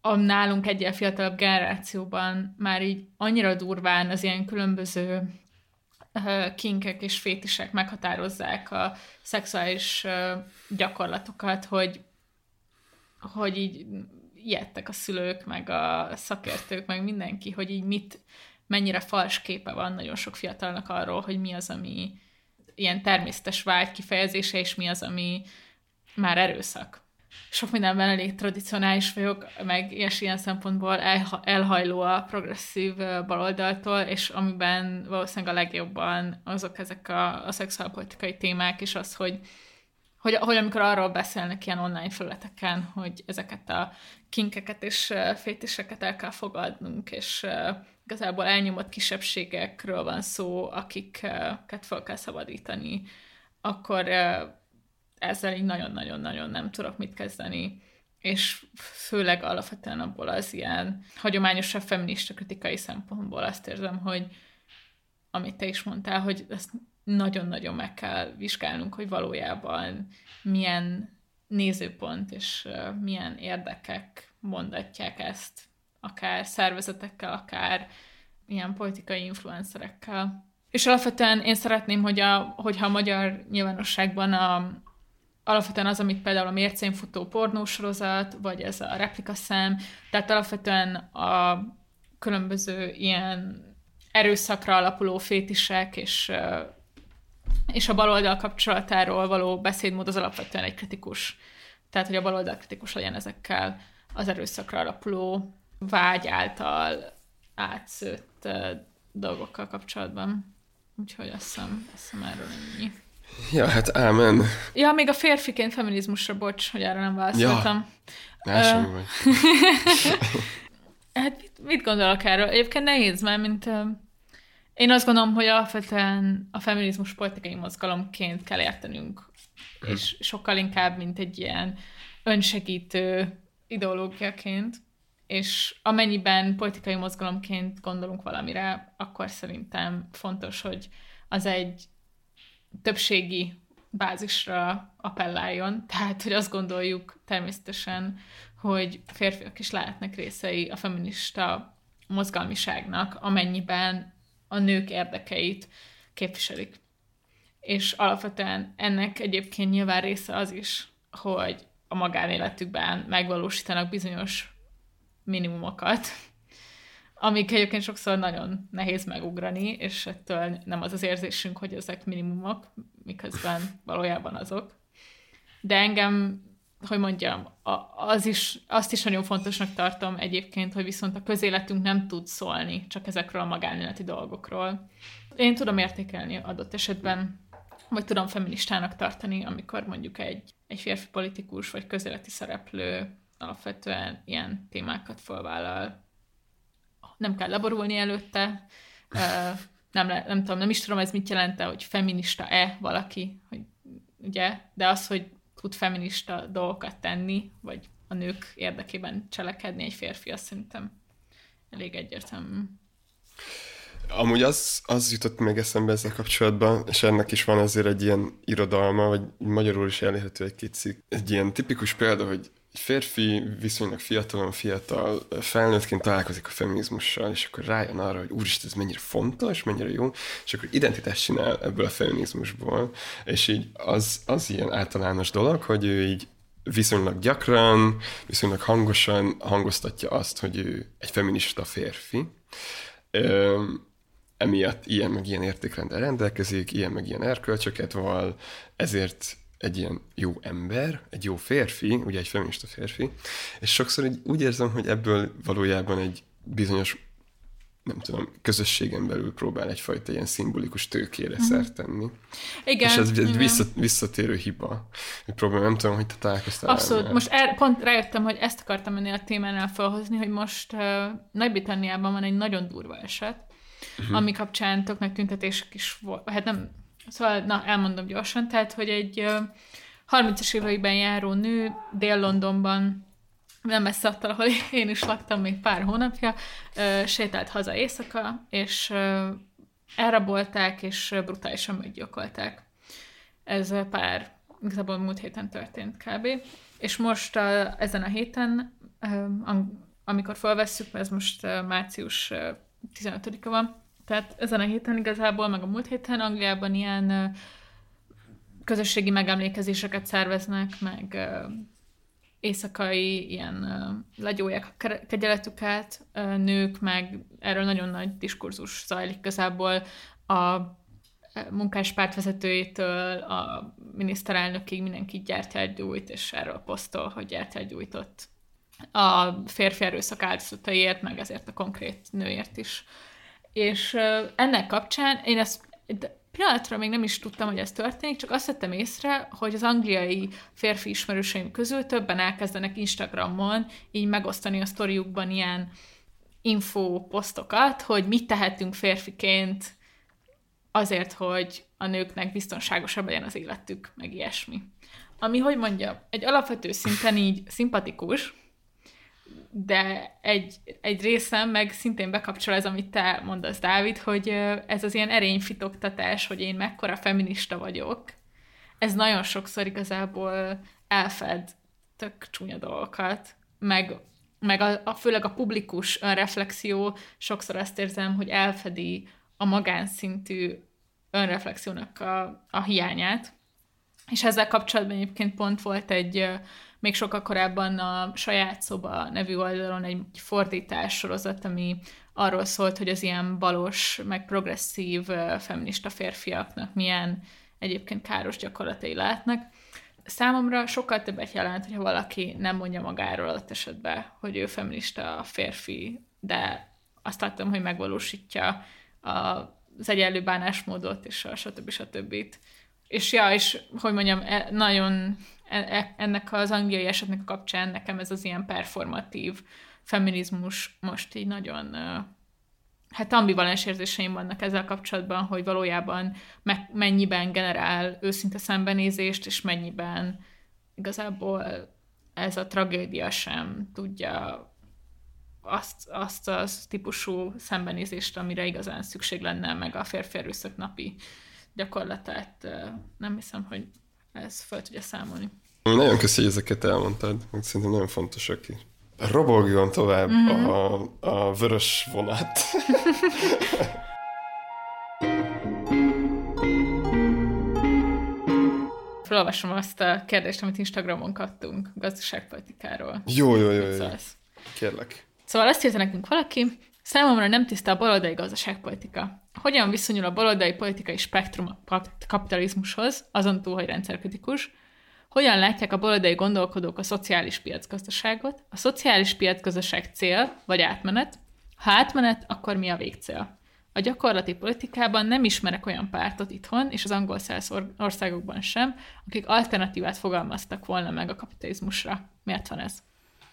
a nálunk egyel fiatalabb generációban már így annyira durván az ilyen különböző uh, kinkek és fétisek meghatározzák a szexuális uh, gyakorlatokat, hogy, hogy így ijedtek a szülők, meg a szakértők, meg mindenki, hogy így mit, mennyire fals képe van nagyon sok fiatalnak arról, hogy mi az, ami ilyen természetes vágy kifejezése, és mi az, ami már erőszak. Sok mindenben elég tradicionális vagyok, meg ilyes ilyen szempontból elhajló a progresszív baloldaltól, és amiben valószínűleg a legjobban azok ezek a, a szexuálpolitikai témák, és az, hogy, hogy, hogy amikor arról beszélnek ilyen online felületeken, hogy ezeket a kinkeket és fétiseket el kell fogadnunk, és igazából elnyomott kisebbségekről van szó, akiket fel kell szabadítani, akkor ezzel így nagyon-nagyon-nagyon nem tudok mit kezdeni, és főleg alapvetően abból az ilyen hagyományosabb feminista kritikai szempontból azt érzem, hogy amit te is mondtál, hogy ezt nagyon-nagyon meg kell vizsgálnunk, hogy valójában milyen nézőpont és milyen érdekek mondatják ezt, akár szervezetekkel, akár ilyen politikai influencerekkel. És alapvetően én szeretném, hogy a, hogyha a magyar nyilvánosságban a, alapvetően az, amit például a mércén futó pornósorozat, vagy ez a replikaszám, tehát alapvetően a különböző ilyen erőszakra alapuló fétisek és, és a baloldal kapcsolatáról való beszédmód az alapvetően egy kritikus. Tehát, hogy a baloldal kritikus legyen ezekkel az erőszakra alapuló vágy által átszőtt uh, dolgokkal kapcsolatban. Úgyhogy azt hiszem, azt hiszem erről ennyi. Ja, hát ámen. Ja, még a férfiként feminizmusra, bocs, hogy erre nem válaszoltam. Ja, uh, semmi vagy. Hát mit, mit gondolok erről? Egyébként nehéz, mert mint uh, én azt gondolom, hogy alapvetően a feminizmus politikai mozgalomként kell értenünk, hm. és sokkal inkább, mint egy ilyen önsegítő ideológiaként, és amennyiben politikai mozgalomként gondolunk valamire, akkor szerintem fontos, hogy az egy többségi bázisra appelláljon, tehát, hogy azt gondoljuk természetesen, hogy férfiak is lehetnek részei a feminista mozgalmiságnak, amennyiben a nők érdekeit képviselik. És alapvetően ennek egyébként nyilván része az is, hogy a magánéletükben megvalósítanak bizonyos minimumokat, amik egyébként sokszor nagyon nehéz megugrani, és ettől nem az az érzésünk, hogy ezek minimumok, miközben valójában azok. De engem, hogy mondjam, az is, azt is nagyon fontosnak tartom egyébként, hogy viszont a közéletünk nem tud szólni csak ezekről a magánéleti dolgokról. Én tudom értékelni adott esetben, vagy tudom feministának tartani, amikor mondjuk egy, egy férfi politikus vagy közéleti szereplő alapvetően ilyen témákat felvállal. Nem kell leborulni előtte, nem, nem tudom, nem is tudom, ez mit jelent, hogy feminista-e valaki, hogy, ugye, de az, hogy tud feminista dolgokat tenni, vagy a nők érdekében cselekedni egy férfi, azt szerintem elég egyértelmű. Amúgy az, az jutott meg eszembe ezzel kapcsolatban, és ennek is van azért egy ilyen irodalma, vagy magyarul is elérhető egy-két cikk. Egy ilyen tipikus példa, hogy egy férfi viszonylag fiatalon, fiatal felnőttként találkozik a feminizmussal, és akkor rájön arra, hogy úristen, ez mennyire fontos, mennyire jó, és akkor identitást csinál ebből a feminizmusból, és így az, az ilyen általános dolog, hogy ő így viszonylag gyakran, viszonylag hangosan hangoztatja azt, hogy ő egy feminista férfi. Üm, emiatt ilyen meg ilyen értékrendel rendelkezik, ilyen meg ilyen erkölcsöket val, ezért egy ilyen jó ember, egy jó férfi, ugye egy feminista férfi, és sokszor így úgy érzem, hogy ebből valójában egy bizonyos, nem tudom, közösségen belül próbál egyfajta ilyen szimbolikus tőkére uh-huh. szert tenni. Igen. És ez egy vissza, visszatérő hiba. Egy probléma, nem tudom, hogy te találkoztál. Abszolút. El, most er, pont rájöttem, hogy ezt akartam ennél a témánál felhozni, hogy most uh, Nagy-Britanniában van egy nagyon durva eset, uh-huh. ami kapcsán tök nagy tüntetések is volt. Hát nem, szóval, na, elmondom gyorsan, tehát, hogy egy uh, harmincas éveiben járó nő Dél-Londonban, nem messze attól, ahol én is laktam még pár hónapja, uh, sétált haza éjszaka, és uh, elrabolták, és brutálisan meggyilkolták. Ez pár, igazából múlt héten történt kb. És most uh, ezen a héten uh, amikor felvesszük, mert ez most március tizenötödike van, tehát ezen a héten igazából, meg a múlt héten Angliában ilyen közösségi megemlékezéseket szerveznek, meg éjszakai ilyen legyóják a kegyeletüket, nők, meg erről nagyon nagy diskurzus zajlik igazából a munkáspártvezetőjétől a miniszterelnökig mindenki gyertyát gyújt, és erről posztol, hogy gyertyát gyújtott a férfi erőszak áldozataiért, meg ezért a konkrét nőért is. És ennek kapcsán én ezt pillanatra még nem is tudtam, hogy ez történik, csak azt vettem észre, hogy az angliai férfi ismerőseim közül többen elkezdenek Instagramon így megosztani a sztoriukban ilyen info posztokat, hogy mit tehetünk férfiként azért, hogy a nőknek biztonságosabb legyen az életük, meg ilyesmi. Ami, hogy mondjam, egy alapvető szinten így szimpatikus, de egy, egy részem meg szintén bekapcsol ez, amit te mondasz, Dávid, hogy ez az ilyen erényfitoktatás, hogy én mekkora feminista vagyok, ez nagyon sokszor igazából elfed tök csúnya dolgokat, meg, meg a, a, főleg a publikus önreflexió sokszor azt érzem, hogy elfedi a magánszintű önreflexiónak a, a hiányát. És ezzel kapcsolatban egyébként pont volt egy, még sokkal korábban a Saját Szoba nevű oldalon egy fordítás sorozat, ami arról szólt, hogy az ilyen balos, meg progresszív feminista férfiaknak milyen egyébként káros gyakorlatai lehetnek. Számomra sokkal többet jelent, hogyha valaki nem mondja magáról adott esetben, hogy ő feminista férfi, de azt láttam, hogy megvalósítja az egyenlő bánásmódot, és a stb. stb. És ja, és hogy mondjam, nagyon ennek az angliai esetnek a kapcsán nekem ez az ilyen performatív feminizmus most így nagyon, hát ambivalens érzéseim vannak ezzel kapcsolatban, hogy valójában me- mennyiben generál őszinte szembenézést, és mennyiben igazából ez a tragédia sem tudja azt, azt az típusú szembenézést, amire igazán szükség lenne, meg a férfi erőszak napi gyakorlatát. Nem hiszem, hogy ez fel tudja számolni. Nagyon köszi, hogy ezeket elmondtad, meg szerintem nagyon fontosak ki. Robogjon tovább mm-hmm. a, a vörös vonat. Felolvasom azt a kérdést, amit Instagramon kaptunk gazdaságpolitikáról. Jó, jó, jó, jó. Kérlek. Szóval azt írta nekünk valaki, számomra nem tiszta a baloldali gazdaságpolitika. Hogyan viszonyul a baloldali politikai spektrum a kapitalizmushoz, azon túl, hogy rendszerkritikus? Hogyan látják a baloldali gondolkodók a szociális piacgazdaságot? A szociális piacgazdaság cél vagy átmenet? Ha átmenet, akkor mi a végcél? A gyakorlati politikában nem ismerek olyan pártot itthon, és az angol száz országokban sem, akik alternatívát fogalmaztak volna meg a kapitalizmusra. Miért van ez?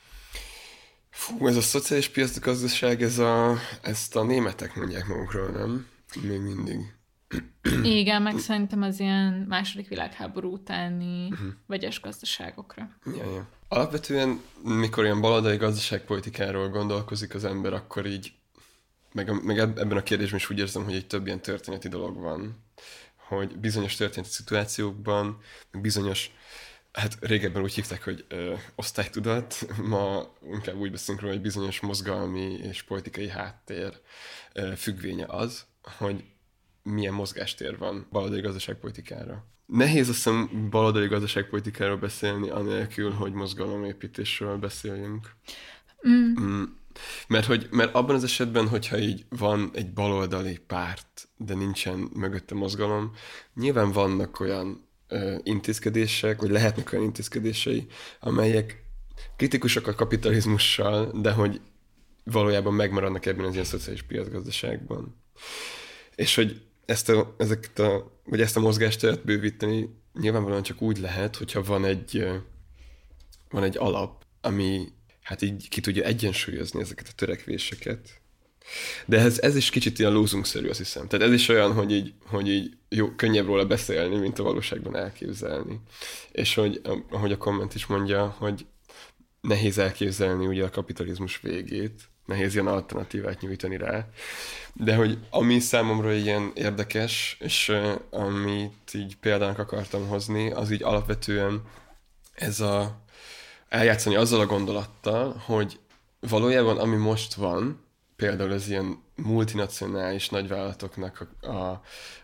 Fú, ez a szociális piacgazdaság, ez a, ezt a németek mondják magukról, nem? Még mindig. Igen, meg szerintem az ilyen második világháború utáni uh-huh. vegyes gazdaságokra. Ja, ja. Alapvetően, mikor ilyen baloldali gazdaságpolitikáról gondolkozik az ember, akkor így, meg, meg ebben a kérdésben is úgy érzem, hogy egy több ilyen történeti dolog van, hogy bizonyos történeti szituációkban, bizonyos, hát régebben úgy hívták, hogy ö, osztálytudat, ma inkább úgy beszélünk róla, hogy bizonyos mozgalmi és politikai háttér ö, függvénye az, hogy milyen mozgástér van baloldali gazdaságpolitikára. Nehéz azt hiszem baloldali gazdaságpolitikáról beszélni, anélkül, hogy mozgalomépítésről beszéljünk. Mm. Mm. Mert, hogy, mert abban az esetben, hogyha így van egy baloldali párt, de nincsen mögötte mozgalom, nyilván vannak olyan ö, intézkedések, vagy lehetnek olyan intézkedései, amelyek kritikusak a kapitalizmussal, de hogy valójában megmaradnak ebben az ilyen szociális piacgazdaságban. És hogy ezt a, ezeket a, vagy ezt a mozgásteret bővíteni nyilvánvalóan csak úgy lehet, hogyha van egy, van egy alap, ami hát így ki tudja egyensúlyozni ezeket a törekvéseket. De ez, ez is kicsit ilyen lózungszerű, azt hiszem. Tehát ez is olyan, hogy így, hogy így jó, könnyebb róla beszélni, mint a valóságban elképzelni. És hogy, ahogy a komment is mondja, hogy nehéz elképzelni ugye a kapitalizmus végét, nehéz ilyen alternatívát nyújtani rá. De hogy ami számomra ilyen érdekes, és uh, amit így példának akartam hozni, az így alapvetően ez a eljátszani azzal a gondolattal, hogy valójában ami most van, például az ilyen multinacionális nagyvállalatoknak a, a,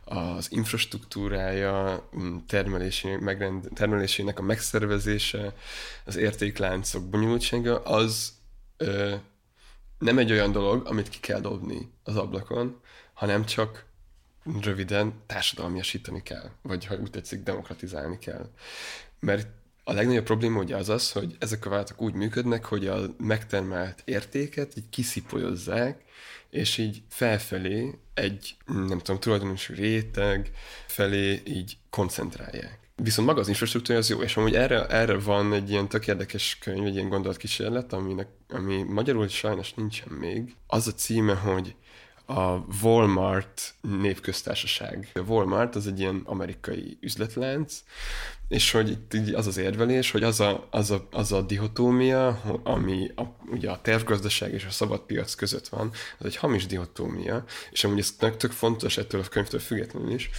az infrastruktúrája, termelésének, megrend, termelésének a megszervezése, az értékláncok bonyolultsága, az ö, nem egy olyan dolog, amit ki kell dobni az ablakon, hanem csak röviden társadalmiasítani kell, vagy ha úgy tetszik, demokratizálni kell. Mert a legnagyobb probléma ugye az az, hogy ezek a vállalatok úgy működnek, hogy a megtermelt értéket így kiszipolyozzák, és így felfelé egy, nem tudom, tulajdonosi réteg felé így koncentrálják. Viszont maga az infrastruktúra az jó, és amúgy erre, erre van egy ilyen tök érdekes könyv, egy ilyen gondolatkísérlet, aminek, ami magyarul sajnos nincsen még. Az a címe, hogy a Walmart névköztársaság. A Walmart az egy ilyen amerikai üzletlánc, és hogy itt így az az érvelés, hogy az a, az a, az a dihotómia, ami a, ugye a tervgazdaság és a szabad piac között van, az egy hamis dihotómia, és amúgy ez tök fontos ettől a könyvtől függetlenül is,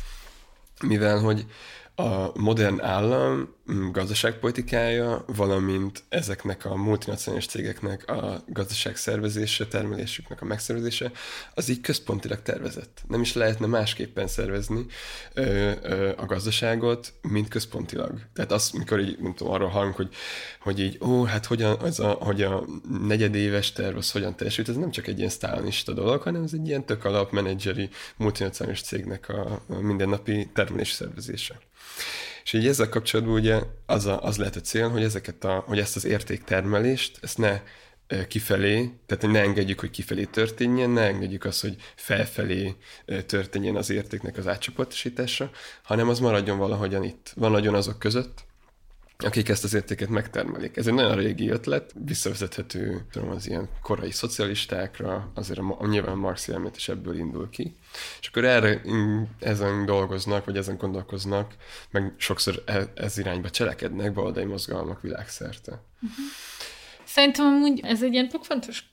mivel hogy a modern állam gazdaságpolitikája, valamint ezeknek a multinacionális cégeknek a gazdaságszervezése, termelésüknek a megszervezése, az így központilag tervezett. Nem is lehetne másképpen szervezni ö, ö, a gazdaságot, mint központilag. Tehát az, mikor így, nem tudom, arról hallunk, hogy, hogy így, ó, hát hogyan, az a, hogy a negyedéves terv az hogyan teljesült, ez nem csak egy ilyen sztálinista dolog, hanem ez egy ilyen tök alap menedzseri multinacionális cégnek a, a mindennapi termelési szervezése. És így ezzel kapcsolatban ugye az, a, az lehet a cél, hogy, ezeket a, hogy ezt az értéktermelést, ezt ne kifelé, tehát ne engedjük, hogy kifelé történjen, ne engedjük azt, hogy felfelé történjen az értéknek az átcsoportosítása, hanem az maradjon valahogyan itt. Van nagyon azok között, akik ezt az értéket megtermelik. Ez egy nagyon régi ötlet, visszavezethető tudom, az ilyen korai szocialistákra, azért a, a nyilván Marx elmélet is ebből indul ki. És akkor erre ezen dolgoznak, vagy ezen gondolkoznak, meg sokszor ez irányba cselekednek baloldali mozgalmak világszerte. Uh-huh. Szerintem amúgy ez egy ilyen tök fontos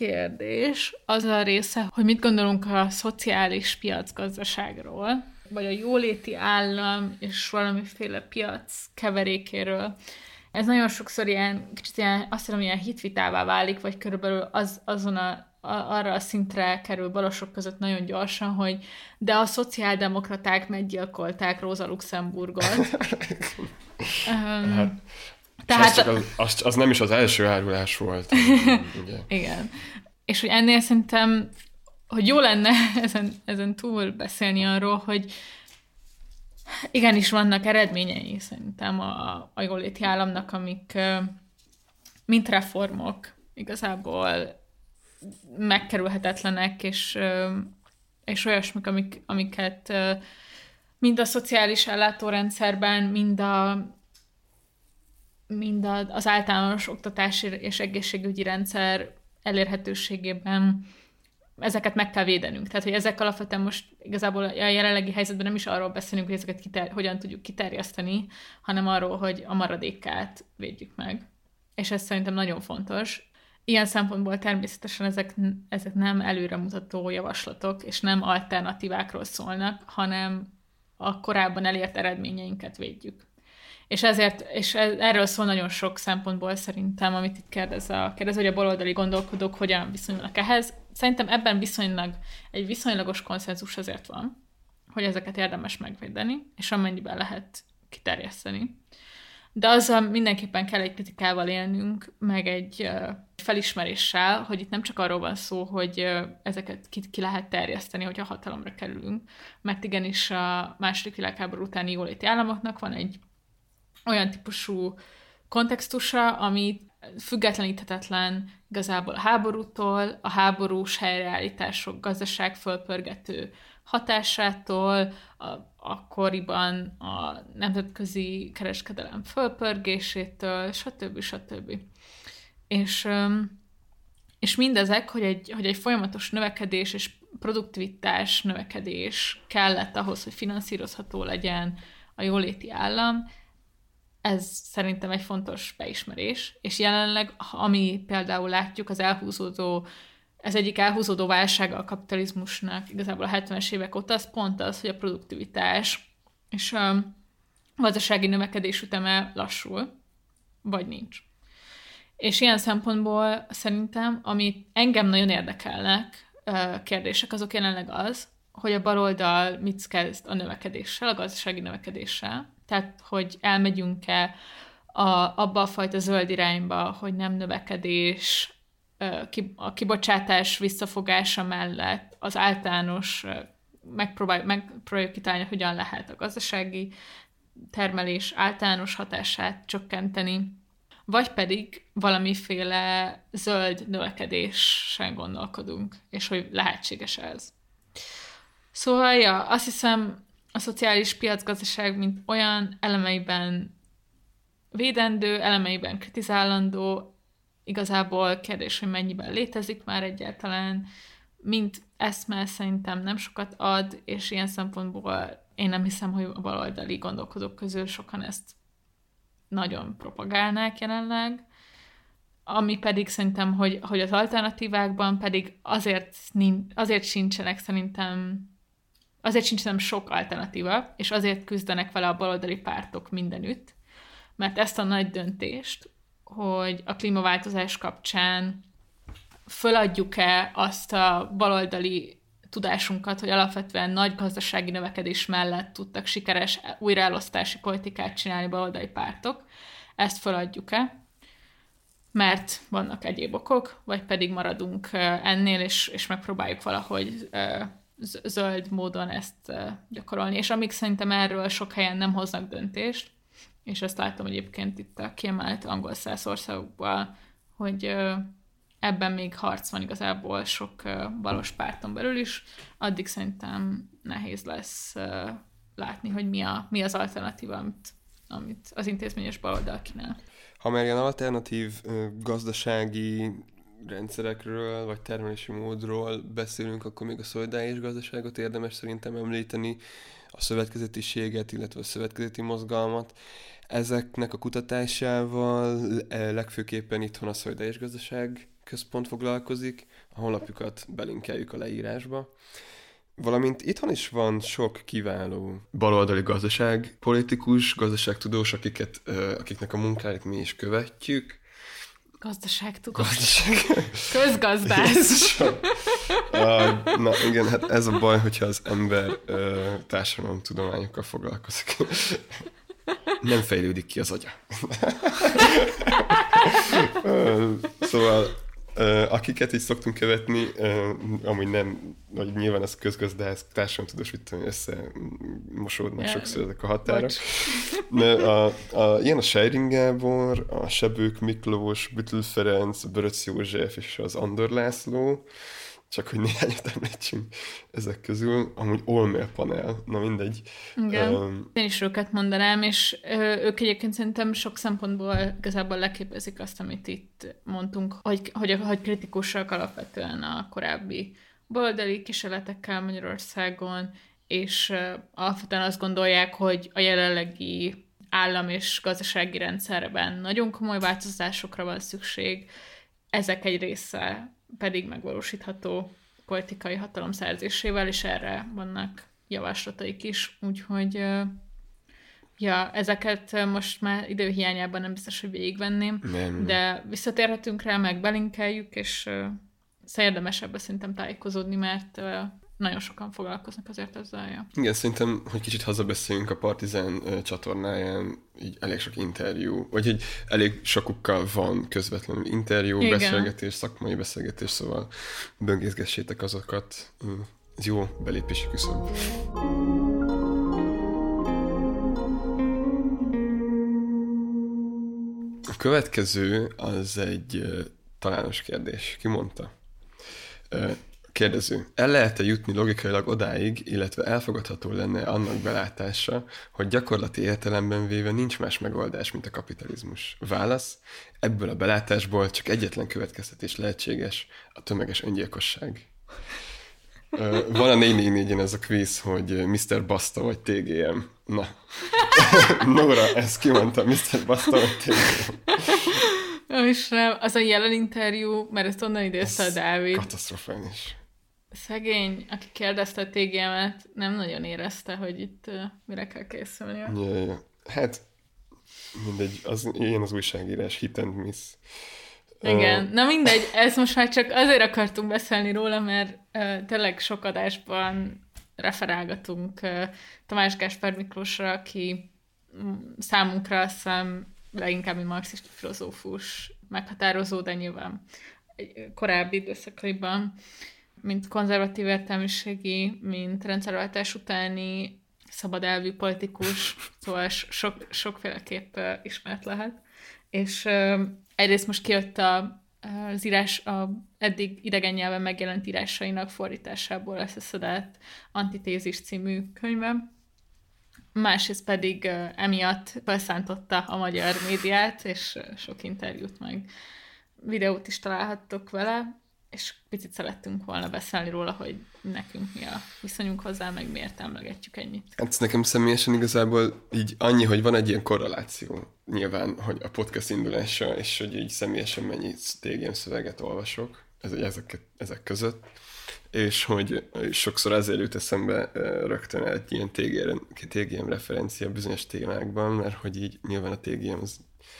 kérdés, az a része, hogy mit gondolunk a szociális piacgazdaságról, vagy a jóléti állam és valamiféle piac keverékéről. Ez nagyon sokszor ilyen, kicsit ilyen, azt hiszem, ilyen hitvitává válik, vagy körülbelül az, azon a, a, arra a szintre kerül balosok között nagyon gyorsan, hogy de a szociáldemokraták meggyilkolták Rosa Luxemburgot. um, hát, tehát az, az, az, az nem is az első árulás volt. Ugye? Igen. És hogy ennél szerintem hogy jó lenne ezen, ezen túl beszélni arról, hogy igenis vannak eredményei szerintem a, a jóléti államnak, amik mint reformok igazából megkerülhetetlenek, és, és olyasmik, amik, amiket mind a szociális ellátórendszerben, mind, a, mind a, az általános oktatási és egészségügyi rendszer elérhetőségében ezeket meg kell védenünk. Tehát, hogy ezek alapvetően most igazából a jelenlegi helyzetben nem is arról beszélünk, hogy ezeket kiter- hogyan tudjuk kiterjeszteni, hanem arról, hogy a maradékát védjük meg. És ez szerintem nagyon fontos. Ilyen szempontból természetesen ezek, ezek nem előremutató javaslatok, és nem alternatívákról szólnak, hanem a korábban elért eredményeinket védjük. És ezért, és erről szól nagyon sok szempontból szerintem, amit itt kérdez a kérdez, hogy a baloldali gondolkodók hogyan viszonyulnak ehhez. Szerintem ebben viszonylag, egy viszonylagos konszenzus azért van, hogy ezeket érdemes megvédeni, és amennyiben lehet kiterjeszteni. De azzal mindenképpen kell egy kritikával élnünk, meg egy felismeréssel, hogy itt nem csak arról van szó, hogy ezeket ki, ki lehet terjeszteni, hogyha hatalomra kerülünk, mert igenis a második világháború utáni jóléti államoknak van egy olyan típusú kontextusa, ami függetleníthetetlen igazából a háborútól, a háborús helyreállítások gazdaság fölpörgető hatásától, a, akkoriban a nemzetközi kereskedelem fölpörgésétől, stb. stb. És, és mindezek, hogy egy, hogy egy folyamatos növekedés és produktivitás növekedés kellett ahhoz, hogy finanszírozható legyen a jóléti állam, ez szerintem egy fontos beismerés, és jelenleg, ami például látjuk, az elhúzódó, ez egyik elhúzódó válsága a kapitalizmusnak igazából a hetvenes évek óta, az pont az, hogy a produktivitás és a gazdasági növekedés üteme lassul, vagy nincs. És ilyen szempontból szerintem, ami engem nagyon érdekelnek kérdések, azok jelenleg az, hogy a baloldal mit kezd a növekedéssel, a gazdasági növekedéssel. Tehát, hogy elmegyünk-e a, abba a fajta zöld irányba, hogy nem növekedés, a kibocsátás visszafogása mellett az általános megpróbáljuk, megpróbáljuk kitalálni, hogyan lehet a gazdasági termelés általános hatását csökkenteni, vagy pedig valamiféle zöld növekedésen gondolkodunk, és hogy lehetséges ez. Szóval, ja, azt hiszem, a szociális piacgazdaság, mint olyan elemeiben védendő, elemeiben kritizálandó, igazából kérdés, hogy mennyiben létezik már egyáltalán, mint eszme szerintem nem sokat ad, és ilyen szempontból én nem hiszem, hogy a baloldali gondolkodók közül sokan ezt nagyon propagálnák jelenleg, ami pedig szerintem, hogy, hogy az alternatívákban pedig azért, azért sincsenek szerintem, azért sincsenek sok alternatíva, és azért küzdenek vele a baloldali pártok mindenütt, mert ezt a nagy döntést, hogy a klímaváltozás kapcsán föladjuk-e azt a baloldali tudásunkat, hogy alapvetően nagy gazdasági növekedés mellett tudtak sikeres újraelosztási politikát csinálni baloldali pártok, ezt föladjuk-e, mert vannak egyéb okok, vagy pedig maradunk ennél, és, és megpróbáljuk valahogy zöld módon ezt gyakorolni. És amíg szerintem erről sok helyen nem hoznak döntést, és ezt látom egyébként itt a kiemelt angol száz országokban, hogy ebben még harc van igazából sok balos párton belül is, addig szerintem nehéz lesz látni, hogy mi, a, mi az alternatíva, amit, amit az intézményes baloldal kínál. Ha már ilyen alternatív gazdasági rendszerekről, vagy termelési módról beszélünk, akkor még a szolidáris gazdaságot érdemes szerintem említeni, a szövetkezetiséget, illetve a szövetkezeti mozgalmat. Ezeknek a kutatásával legfőképpen itthon a Szolidáris Gazdaság Központ foglalkozik, a honlapjukat belinkeljük a leírásba. Valamint itthon is van sok kiváló baloldali gazdaságpolitikus, gazdaságtudós, akiket, akiknek a munkáit mi is követjük. Gazdaságtudós. Gazdaság. Közgazdász. uh, na igen, hát ez a baj, hogyha az ember uh, társadalomtudományokkal foglalkozik. Nem fejlődik ki az agya. uh, szóval uh, akiket így szoktunk követni, uh, amúgy nem, vagy nyilván ez közgazdász, társadalomtudós, mit tudom, összemosódnak yeah. sokszor ezek a határok. A, a, ilyen a Seiring Gábor, a Sebők Miklós, Bütül Ferenc, Böröcz József és az Andor László, csak hogy néhányat említsünk ezek közül, amúgy Olmér panel, na mindegy. Igen, um, én is őket mondanám, és ö, ők egyébként szerintem sok szempontból igazából leképezik azt, amit itt mondtunk, hogy, hogy, hogy kritikusak alapvetően a korábbi baloldali kísérletekkel Magyarországon, és ö, alapvetően azt gondolják, hogy a jelenlegi állam és gazdasági rendszerben nagyon komoly változásokra van szükség, ezek egy része pedig megvalósítható politikai hatalom szerzésével, és erre vannak javaslataik is, úgyhogy ja, ezeket most már időhiányában nem biztos, hogy végigvenném, nem. De visszatérhetünk rá, meg belinkeljük, és érdemes ebbe szerintem tájékozódni, mert nagyon sokan foglalkoznak azért ezzel. Ja. Igen, szerintem, hogy kicsit hazabeszéljünk a Partizán uh, csatornáján, így elég sok interjú, vagy így elég sokukkal van közvetlenül interjú, igen. Beszélgetés, szakmai beszélgetés, szóval böngészgessétek azokat. Uh, ez jó belépési küszöb. A következő az egy uh, talános kérdés. Ki mondta? Uh, Kérdező. El lehet-e jutni logikailag odáig, illetve elfogadható lenne annak belátása, hogy gyakorlati értelemben véve nincs más megoldás, mint a kapitalizmus? Válasz. Ebből a belátásból csak egyetlen következtetés lehetséges, a tömeges öngyilkosság. Van a négy négy négyen ez a kvíz, hogy miszter Basta vagy té gé em. Na. Nóra, ezt kimondta, miszter Basta vagy té gé em. Istenem, az a jelen interjú, mert ezt onnan idézte a Dávid. Katasztrofális. Szegény, aki kérdezte a té gé emet, nem nagyon érezte, hogy itt uh, mire kell készülnie. Ja, ja. Hát, mindegy, az, ilyen az újságírás, hit and miss. Igen, na mindegy, ez most már csak azért akartunk beszélni róla, mert uh, tényleg sok adásban referálgatunk uh, Tamás Gáspár Miklósra, aki számunkra azt hiszem leginkább egy marxista filozófus meghatározó, de nyilván egy korábbi időszakaiban, mint konzervatív értelmiségi, mint rendszerváltás utáni szabadelvű politikus, szóval sok, sokféleképp uh, ismert lehet. És uh, egyrészt most kijött a, az írás, a eddig idegen nyelven megjelent írásainak fordításából összeszedett Antitézis című könyve. Másrészt pedig uh, emiatt felszántotta a magyar médiát, és uh, sok interjút meg videót is találhattok vele, és picit szerettünk volna beszélni róla, hogy nekünk mi a viszonyunk hozzá, meg miért emlegetjük ennyit. Hát nekem személyesen igazából így annyi, hogy van egy ilyen korreláció nyilván, hogy a podcast indulása, és hogy így személyesen mennyi té gé em szöveget olvasok ez, ezek, ezek között, és hogy sokszor azért jut eszembe rögtön egy ilyen té gé em referencia bizonyos témákban, mert hogy így nyilván a té gé em az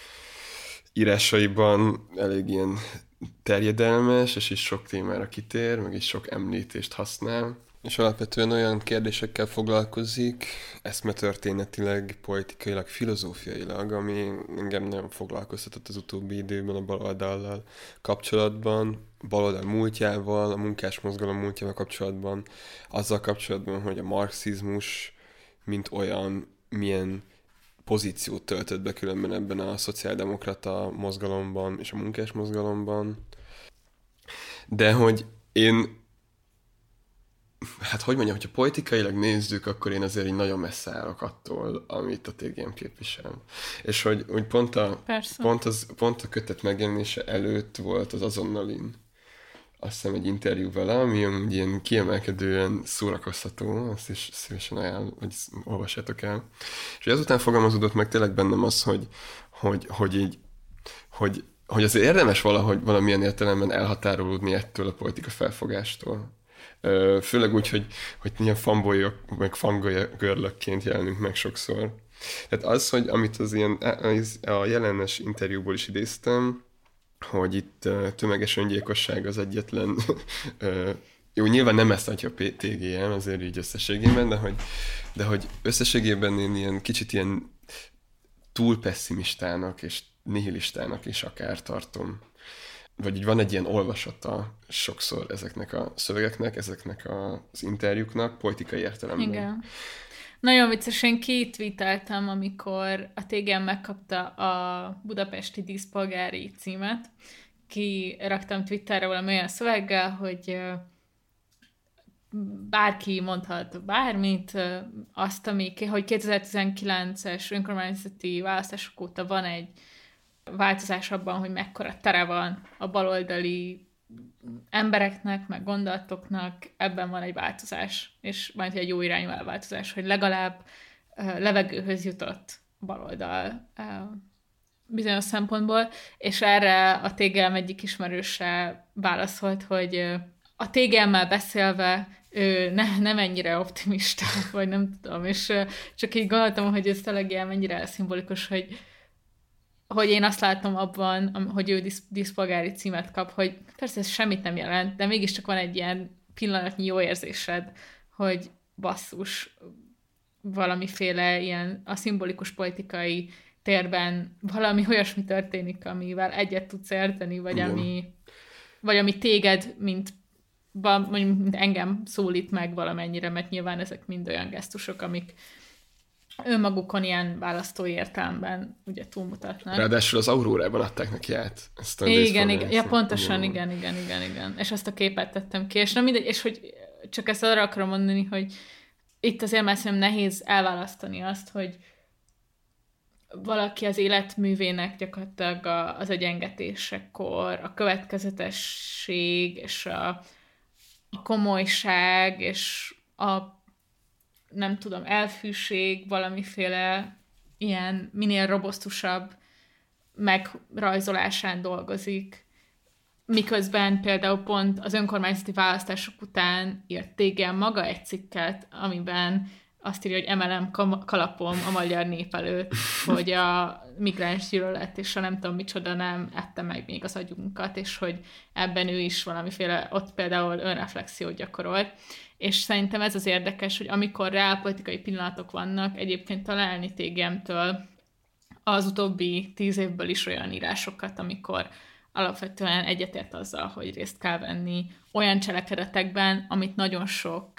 írásaiban elég ilyen terjedelmes, és is sok témára kitér, meg is sok említést használ. És alapvetően olyan kérdésekkel foglalkozik, eszmetörténetileg, politikailag, filozófiailag, ami engem nagyon foglalkoztatott az utóbbi időben a baloldallal kapcsolatban, a baloldal múltjával, a munkásmozgalom múltjával kapcsolatban, azzal kapcsolatban, hogy a marxizmus, mint olyan, milyen pozíciót töltött be különben ebben a szociáldemokrata mozgalomban és a munkás mozgalomban. De hogy én, hát hogy mondjam, hogyha politikailag nézzük, akkor én azért így nagyon messze állok attól, amit a té gé em képvisel. És hogy, hogy pont, a, pont, az, pont a kötet megjelenése előtt volt az Azonnalin, azt hiszem egy interjú vele, ami amúgy ilyen kiemelkedően szórakoztató, azt is szívesen ajánl, hogy olvassátok el. És azután fogalmazódott meg tényleg bennem az, hogy, hogy, hogy így, hogy, hogy azért érdemes valahogy valamilyen értelemben elhatárolódni ettől a politika felfogástól. Főleg úgy, hogy, hogy ilyen fanbolyok, meg fangirlökként jelenünk meg sokszor. Tehát az, hogy amit az ilyen, a jelenes interjúból is idéztem, hogy itt uh, tömeges öngyilkosság az egyetlen, uh, jó, nyilván nem ezt adja a té gé em, azért így összességében, de hogy, de hogy összességében én ilyen kicsit ilyen túl pessimistának és nihilistának is akár tartom. Vagy így van egy ilyen olvasata sokszor ezeknek a szövegeknek, ezeknek az interjúknak, politikai értelemben. Igen. Nagyon vicces, én kitweeteltem, amikor a té gé em megkapta a budapesti díszpolgári címet. Kiraktam Twitterre valami olyan szöveggel, hogy bárki mondhat bármit, azt, ami, hogy kétezer-tizenkilences önkormányzati választások óta van egy változás abban, hogy mekkora tere van a baloldali embereknek, meg gondolatoknak, ebben van egy változás, és majd egy jó irányú elváltozás, hogy legalább uh, levegőhöz jutott a baloldal uh, bizonyos szempontból, és erre a té gé em egyik ismerőse válaszolt, hogy uh, a té gé emmel beszélve ő ne, nem ennyire optimista, vagy nem tudom, és uh, csak így gondoltam, hogy ez tényleg ilyen mennyire szimbolikus, hogy hogy én azt látom abban, hogy ő disz, díszpolgári címet kap, hogy persze ez semmit nem jelent, de mégiscsak van egy ilyen pillanatnyi jó érzésed, hogy basszus, valamiféle ilyen a szimbolikus politikai térben valami olyasmi történik, amivel egyet tudsz érteni, vagy ami, vagy ami téged, mint, mint engem szólít meg valamennyire, mert nyilván ezek mind olyan gesztusok, amik önmagukon ilyen választói értelemben ugye túlmutatnak. Ráadásul az Aurórában adták neki át. Ezt a igen, igen. Ja, pontosan, igen, igen, igen, igen. És azt a képet tettem ki. És nem mindegy, és hogy csak ezt arra akarom mondani, hogy itt azért már szerintem nehéz elválasztani azt, hogy valaki az életművének gyakorlatilag az egyengetésekor a következetesség és a, a komolyság és a nem tudom, elfűség, valamiféle ilyen minél robosztusabb megrajzolásán dolgozik. Miközben például pont az önkormányzati választások után írt té gé em maga egy cikket, amiben azt írja, hogy emelem kalapom a magyar nép előtt, hogy a migráns gyűlölet és a nem tudom micsoda nem ette meg még az agyunkat, és hogy ebben ő is valamiféle, ott például önreflexiót gyakorolt. És szerintem ez az érdekes, hogy amikor reálpolitikai pillanatok vannak, egyébként találni té gé em-től az utóbbi tíz évből is olyan írásokat, amikor alapvetően egyetért azzal, hogy részt kell venni olyan cselekedetekben, amit nagyon sok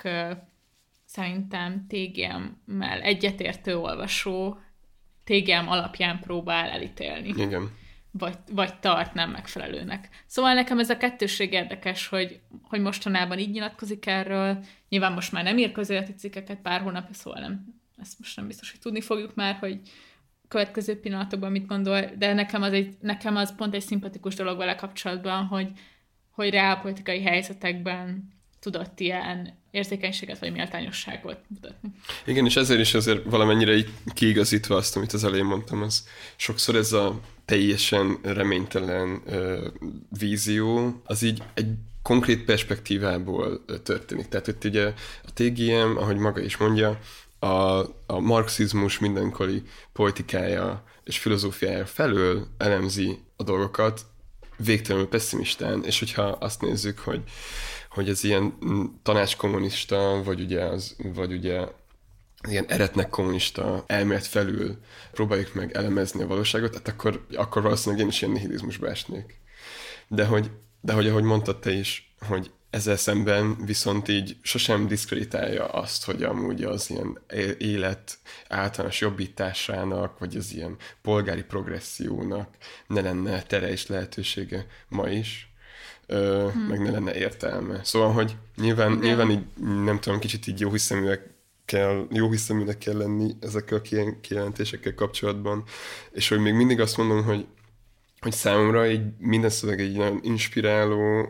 szerintem té gé em-mel egyetértő olvasó té gé em alapján próbál elítélni. Igen. Vagy, vagy tart nem megfelelőnek. Szóval nekem ez a kettősség érdekes, hogy, hogy mostanában így nyilatkozik erről. Nyilván most már nem ír közéleti cikkeket pár hónapja, szóval nem, ezt most nem biztos, hogy tudni fogjuk már, hogy következő pillanatokban mit gondol, de nekem az, egy, nekem az pont egy szimpatikus dolog vele kapcsolatban, hogy, hogy reálpolitikai helyzetekben tudott ilyen érzékenységet vagy méltányosságot mutatni. Igen, és ezért is azért valamennyire így kiigazítva azt, amit az elején mondtam, az sokszor ez a teljesen reménytelen uh, vízió, az így egy konkrét perspektívából uh, történik. Tehát itt ugye a té gé em, ahogy maga is mondja, a, a marxizmus mindenkori politikája és filozófiája felől elemzi a dolgokat végtelenül pessimistán, és hogyha azt nézzük, hogy, hogy ez ilyen tanácskommunista, vagy ugye, az, vagy ugye ilyen eretnek kommunista elmélet felül próbáljuk meg elemezni a valóságot, hát akkor, akkor valószínűleg én is ilyen nihilizmusba esnék. De hogy, de hogy ahogy mondtad te is, hogy ezzel szemben viszont így sosem diszkreditálja azt, hogy amúgy az ilyen élet általános jobbításának, vagy az ilyen polgári progressziónak ne lenne tere és lehetősége ma is, ö, hmm. meg ne lenne értelme. Szóval, hogy nyilván, nyilván így, nem tudom, kicsit így jó hiszeműek kell, jó hiszeműnek kell lenni ezekkel a kijelentésekkel kapcsolatban, és hogy még mindig azt mondom, hogy hogy számomra így minden szöveg egy nagyon inspiráló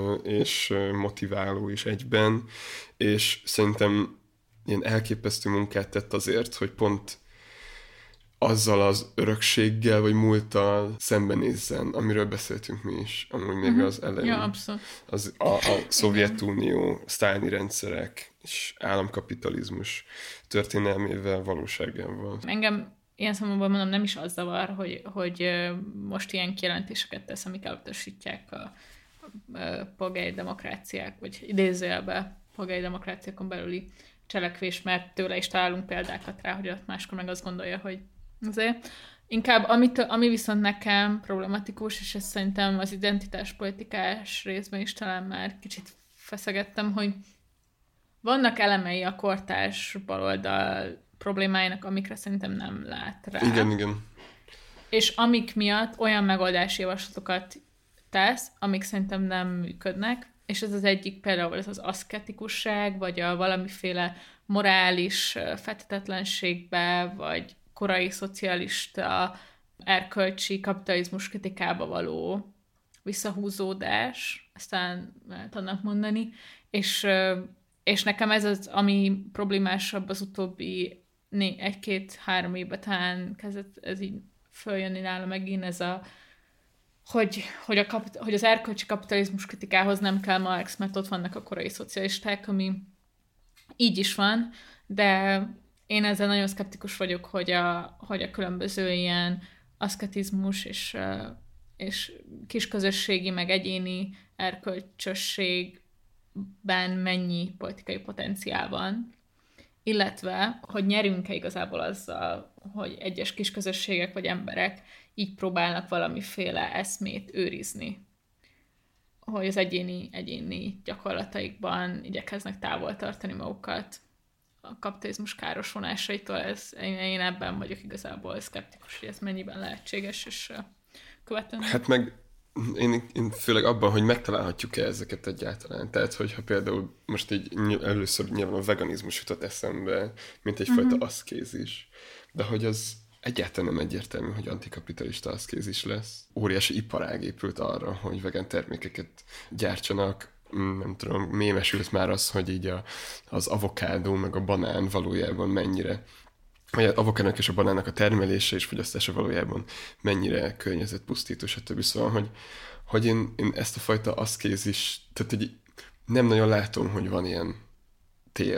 és motiváló is egyben, és szerintem ilyen elképesztő munkát tett azért, hogy pont azzal az örökséggel, vagy múlttal szembenézzen, amiről beszéltünk mi is, amúgy még uh-huh. az elején. Ja, abszolút. Az a, a Szovjetunió, sztálini rendszerek és államkapitalizmus történelmével, valóságával. Engem ilyen számomban mondom, nem is az zavar, hogy, hogy most ilyen kijelentéseket tesz, amik elutasítják a, a polgári demokráciák, vagy idézőjelben polgári demokráciákon belüli cselekvés, mert tőle is találunk példákat rá, hogy ott máskor meg azt gondolja, hogy azért. Inkább, amit, ami viszont nekem problematikus, és ezt szerintem az identitáspolitikás részben is talán már kicsit feszegettem, hogy vannak elemei a kortárs baloldal problémáinak, amikre szerintem nem lát rá. Igen, igen. És amik miatt olyan megoldási javaslatokat tesz, amik szerintem nem működnek, és ez az egyik például ez az aszketikusság, vagy a valamiféle morális feltetetlenségbe, vagy korai szocialista erkölcsi kapitalizmus kritikába való visszahúzódás, aztán lehet annak mondani, és, és nekem ez az, ami problémásabb az utóbbi egy-két-három évben talán kezdett ez így följönni nála megint ez a, hogy, hogy, a kapit- hogy az erkölcsi kapitalizmus kritikához nem kell Marx, mert ott vannak a korai szocialisták, ami így is van, de én ezzel nagyon szkeptikus vagyok, hogy a, hogy a különböző ilyen aszketizmus és, és kisközösségi, meg egyéni erkölcsösségben mennyi politikai potenciál van, illetve, hogy nyerünk-e igazából azzal, hogy egyes kisközösségek vagy emberek így próbálnak valamiféle eszmét őrizni, hogy az egyéni, egyéni gyakorlataikban igyekeznek távol tartani magukat a kapitalizmus káros vonásaitól. Ez, én, én ebben vagyok igazából szkeptikus, hogy ez mennyiben lehetséges és követendő. Hát meg én, én főleg abban, hogy megtalálhatjuk-e ezeket egyáltalán. Tehát, hogyha például most így először nyilván a veganizmus jutott eszembe, mint egyfajta uh-huh. aszkézis, de hogy az egyáltalán nem egyértelmű, hogy antikapitalista aszkézis lesz. Óriási iparág épült arra, hogy vegán termékeket gyártsanak. Nem tudom, mémesült már az, hogy így a, az avokádó meg a banán valójában mennyire, vagy az avokádónak és a banánnak a termelése és fogyasztása valójában mennyire környezetpusztító, stb. Szóval, hogy, hogy én, én ezt a fajta aszkézis, tehát így nem nagyon látom, hogy van ilyen tér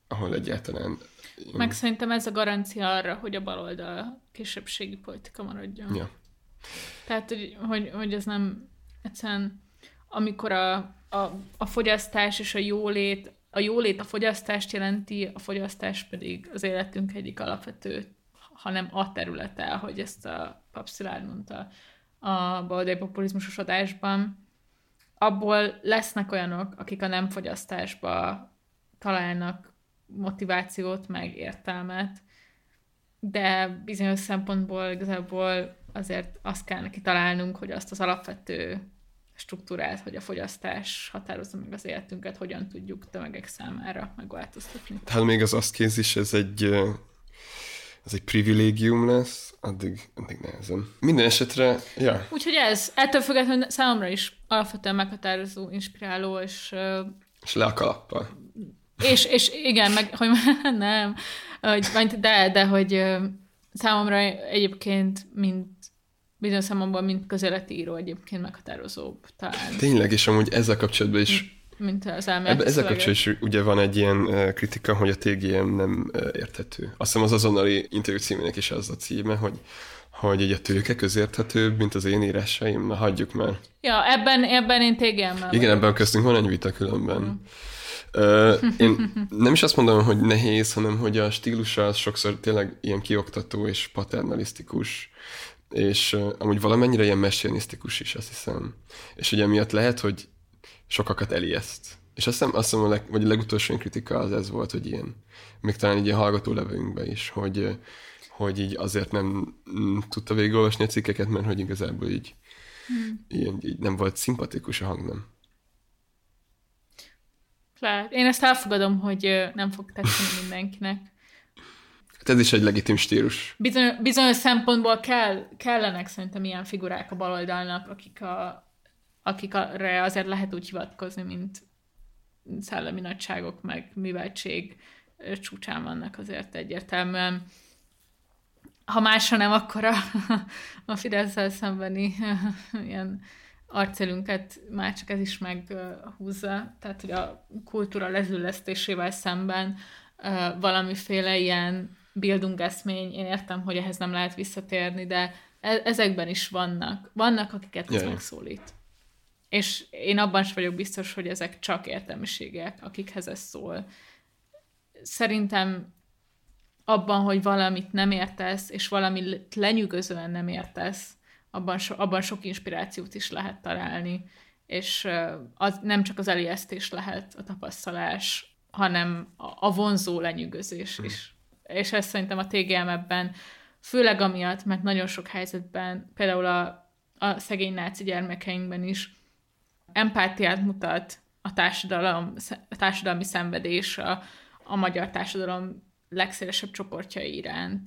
ahol egyáltalán... Meg szerintem ez a garancia arra, hogy a baloldal kisebbségi politika maradjon. Ja. Tehát, hogy, hogy, hogy ez nem egyszerűen, amikor a, a, a fogyasztás és a jólét, a jólét a fogyasztást jelenti, a fogyasztás pedig az életünk egyik alapvető, hanem a területe, hogy ezt a Pap Szilárd mondta a baloldali populizmusos adásban, abból lesznek olyanok, akik a nem fogyasztásba találnak motivációt, meg értelmet, de bizonyos szempontból igazából azért azt kell neki találnunk, hogy azt az alapvető struktúrát, hogy a fogyasztás határozza meg az életünket, hogyan tudjuk tömegek számára megváltoztatni. Hát még az aszkéz is, ez egy, ez egy privilégium lesz, addig, addig nehezen. Minden esetre, ja. Úgyhogy ez, ettől függetlenül számomra is alapvetően meghatározó, inspiráló, és... És le a kalappal. És, és igen, meg, hogy nem, hogy, de, de hogy számomra egyébként, mint bizonyos számomban, mint közéleti író egyébként meghatározóbb talán. Tényleg, és amúgy ezzel kapcsolatban is, mint az elméleti ezzel kapcsolatban is ugye van egy ilyen uh, kritika, hogy a té gé em nem uh, érthető. Azt hiszem az azonnali interjú címének is az a címe, hogy hogy egy a tőke közérthetőbb, mint az én írásaim, na hagyjuk már. Ja, ebben, ebben én té gé emmel. Igen, ebben köztünk van egy vita különben. Mm. Uh, én nem is azt mondom, hogy nehéz, hanem hogy a stílusa az sokszor tényleg ilyen kioktató és paternalisztikus, és uh, amúgy valamennyire ilyen messianisztikus is, azt hiszem. És ugye miatt lehet, hogy sokakat elijeszt. És azt hiszem, azt hiszem a leg, vagy a legutolsó kritika az ez volt, hogy ilyen, még talán így ilyen hallgatólevőnkben is, hogy, hogy így azért nem tudta végigolvasni a cikkeket, mert hogy igazából így, hmm. ilyen, így nem volt szimpatikus a hangnem. Lehet. Én ezt elfogadom, hogy nem fog tetszeni mindenkinek. Hát ez is egy legitim stílus. Bizony, bizonyos szempontból kell, kellenek szerintem ilyen figurák a baloldalnak, akik a, akikre azért lehet úgy hivatkozni, mint szellemi nagyságok, meg műveltség csúcsán vannak azért egyértelműen. Ha másra nem, akkor a, a Fidesz-szel szembeni ilyen arcélünket már csak ez is meghúzza. Tehát, hogy a kultúra lezüllesztésével szemben valamiféle ilyen bildungeszmény, én értem, hogy ehhez nem lehet visszatérni, de ezekben is vannak. Vannak, akiket ez Jaj. megszólít. És én abban sem vagyok biztos, hogy ezek csak értelmiségek, akikhez ez szól. Szerintem abban, hogy valamit nem értesz, és valamit lenyűgözően nem értesz, abban, so, abban sok inspirációt is lehet találni, és az nem csak az elijesztés lehet a tapasztalás, hanem a, a vonzó lenyűgözés hmm. is. És ezt szerintem a té gé em ebben, főleg amiatt, mert nagyon sok helyzetben, például a, a szegény náci gyermekeinkben is empátiát mutat a társadalom, a társadalmi szenvedés a, a magyar társadalom legszélesebb csoportjai iránt.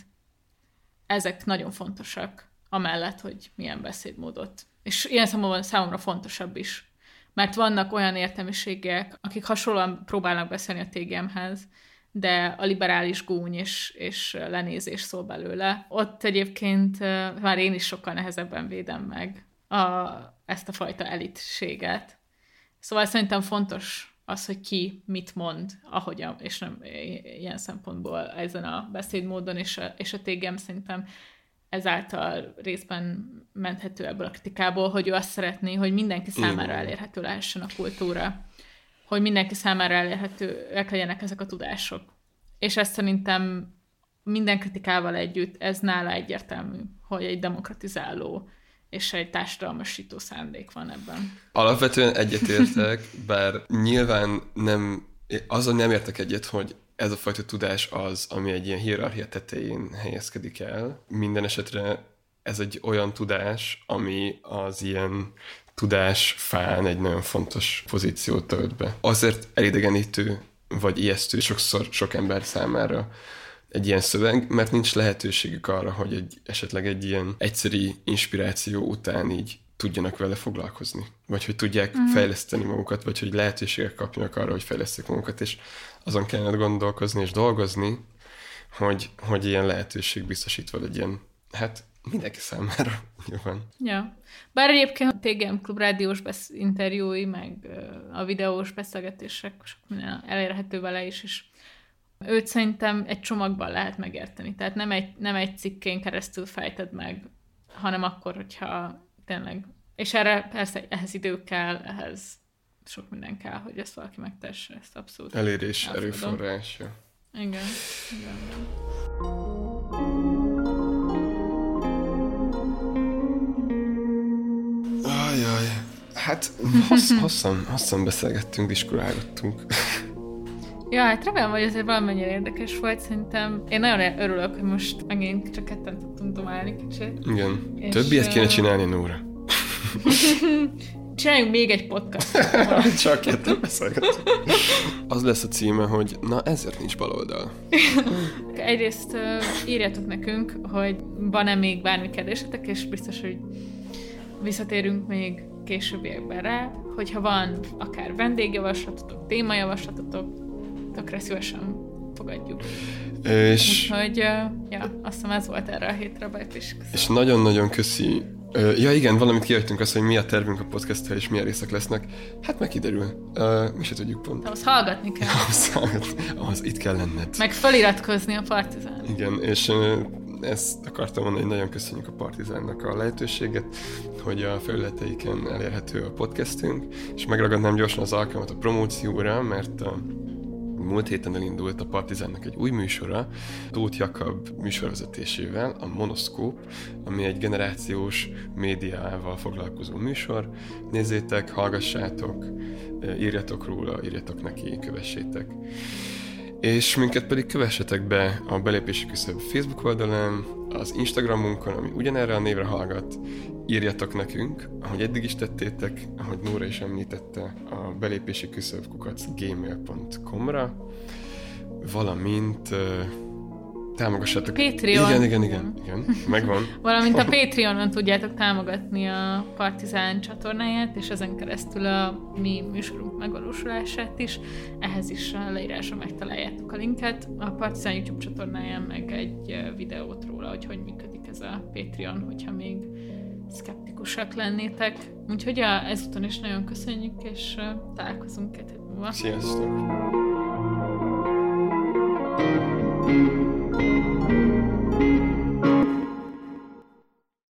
Ezek nagyon fontosak, amellett, hogy milyen beszédmódot. És ilyen számomra, számomra fontosabb is. Mert vannak olyan értelmiségek, akik hasonlóan próbálnak beszélni a té gé emhez, de a liberális gúny és, és lenézés szól belőle. Ott egyébként már én is sokkal nehezebben védem meg a, ezt a fajta elitséget. Szóval szerintem fontos az, hogy ki mit mond, ahogyan, és nem ilyen szempontból ezen a beszédmódon, és a, és a té gé em szerintem ezáltal részben menthető ebből a kritikából, hogy ő azt szeretné, hogy mindenki számára elérhető lehessen a kultúra, hogy mindenki számára elérhetőek legyenek ezek a tudások. És ezt szerintem minden kritikával együtt ez nála egyértelmű, hogy egy demokratizáló és egy társadalmasító szándék van ebben. Alapvetően egyetértek, bár nyilván nem, azon nem értek egyet, hogy ez a fajta tudás az, ami egy ilyen hierarchia tetején helyezkedik el. Minden esetre ez egy olyan tudás, ami az ilyen tudásfán egy nagyon fontos pozíciót tölt be. Azért elidegenítő vagy ijesztő sokszor sok ember számára egy ilyen szöveg, mert nincs lehetőségük arra, hogy egy, esetleg egy ilyen egyszeri inspiráció után így tudjanak vele foglalkozni. Vagy hogy tudják mm. fejleszteni magukat, vagy hogy lehetőségek kapjanak arra, hogy fejlesztik magukat, és azon kellene gondolkozni és dolgozni, hogy, hogy ilyen lehetőség biztosítva legyen. Hát mindenki számára nyilván. Ja. Bár egyébként a té gé em Klub rádiós besz- interjúi, meg a videós beszélgetések sok minden elérhető vele is, és Őt szerintem egy csomagban lehet megérteni. Tehát nem egy, nem egy cikkén keresztül fejted meg, hanem akkor, hogyha tényleg... És erre persze ehhez idő kell, ehhez sok minden kell, hogy ezt valaki megtesse, ezt abszolút. Elérés, erőforrás. Ja. Igen, igen, igen. Ajaj, hát hossz, hosszan, hosszan beszélgettünk, diskurálgattunk. Ja, hát remélem, hogy azért valamennyire érdekes volt, szerintem. Én nagyon örülök, hogy most megint csak ketten tudtunk domálni kicsit. Igen, és többiet kéne csinálni, Nóra. Csináljunk még egy podcast. Csak ketten beszélgetünk. Az lesz a címe, hogy na ezért nincs baloldal. Egyrészt uh, írjátok nekünk, hogy van-e még bármi kérdésetek, és biztos, hogy visszatérünk még későbbiekben rá, hogyha van akár vendégjavaslatotok, témajavaslatotok, tökre szívesen fogadjuk. És... Úgyhogy, uh, ja, azt hiszem ez volt erre a hétre a Bajpis. És nagyon-nagyon köszi. Uh, ja igen, valamit kijöttünk azt, hogy mi a tervünk a podcasttel, és milyen részek lesznek. Hát meg kiderül. Uh, mi se tudjuk pont. Ahhoz hallgatni kell. Ahhoz hallgatni. Ahhoz itt kell lenned. Meg feliratkozni a Partizán. Igen, és uh, ezt akartam mondani, hogy nagyon köszönjük a Partizánnak a lehetőséget, hogy a felületeiken elérhető a podcastünk, és megragadnám gyorsan az alkalmat a promócióra, mert a múlt héten elindult a Partizánnak egy új műsora, Tóth Jakab műsorvezetésével, a Monoszkóp, ami egy generációs médiával foglalkozó műsor. Nézzétek, hallgassátok, írjatok róla, írjatok neki, kövessétek. És minket pedig kövessetek be a Belépési Küszöb Facebook oldalán, az Instagramunkon, ami ugyanerre a névre hallgat, írjatok nekünk, ahogy eddig is tettétek, ahogy Nóra is említette, a belépési küszöb kukac gmail pont com-ra, valamint uh, támogassátok. Patreon. Igen, igen, igen, igen, megvan. Valamint a Patreonon tudjátok támogatni a Partizán csatornáját, és ezen keresztül a mi műsorunk megvalósulását is. Ehhez is a leírásra megtaláljátok a linket. A Partizán YouTube csatornáján meg egy videót róla, hogy hogy működik ez a Patreon, hogyha még szkeptikusak lennétek. Úgyhogy ja, ezúton is nagyon köszönjük, és uh, találkozunk két hét múlva. Sziasztok!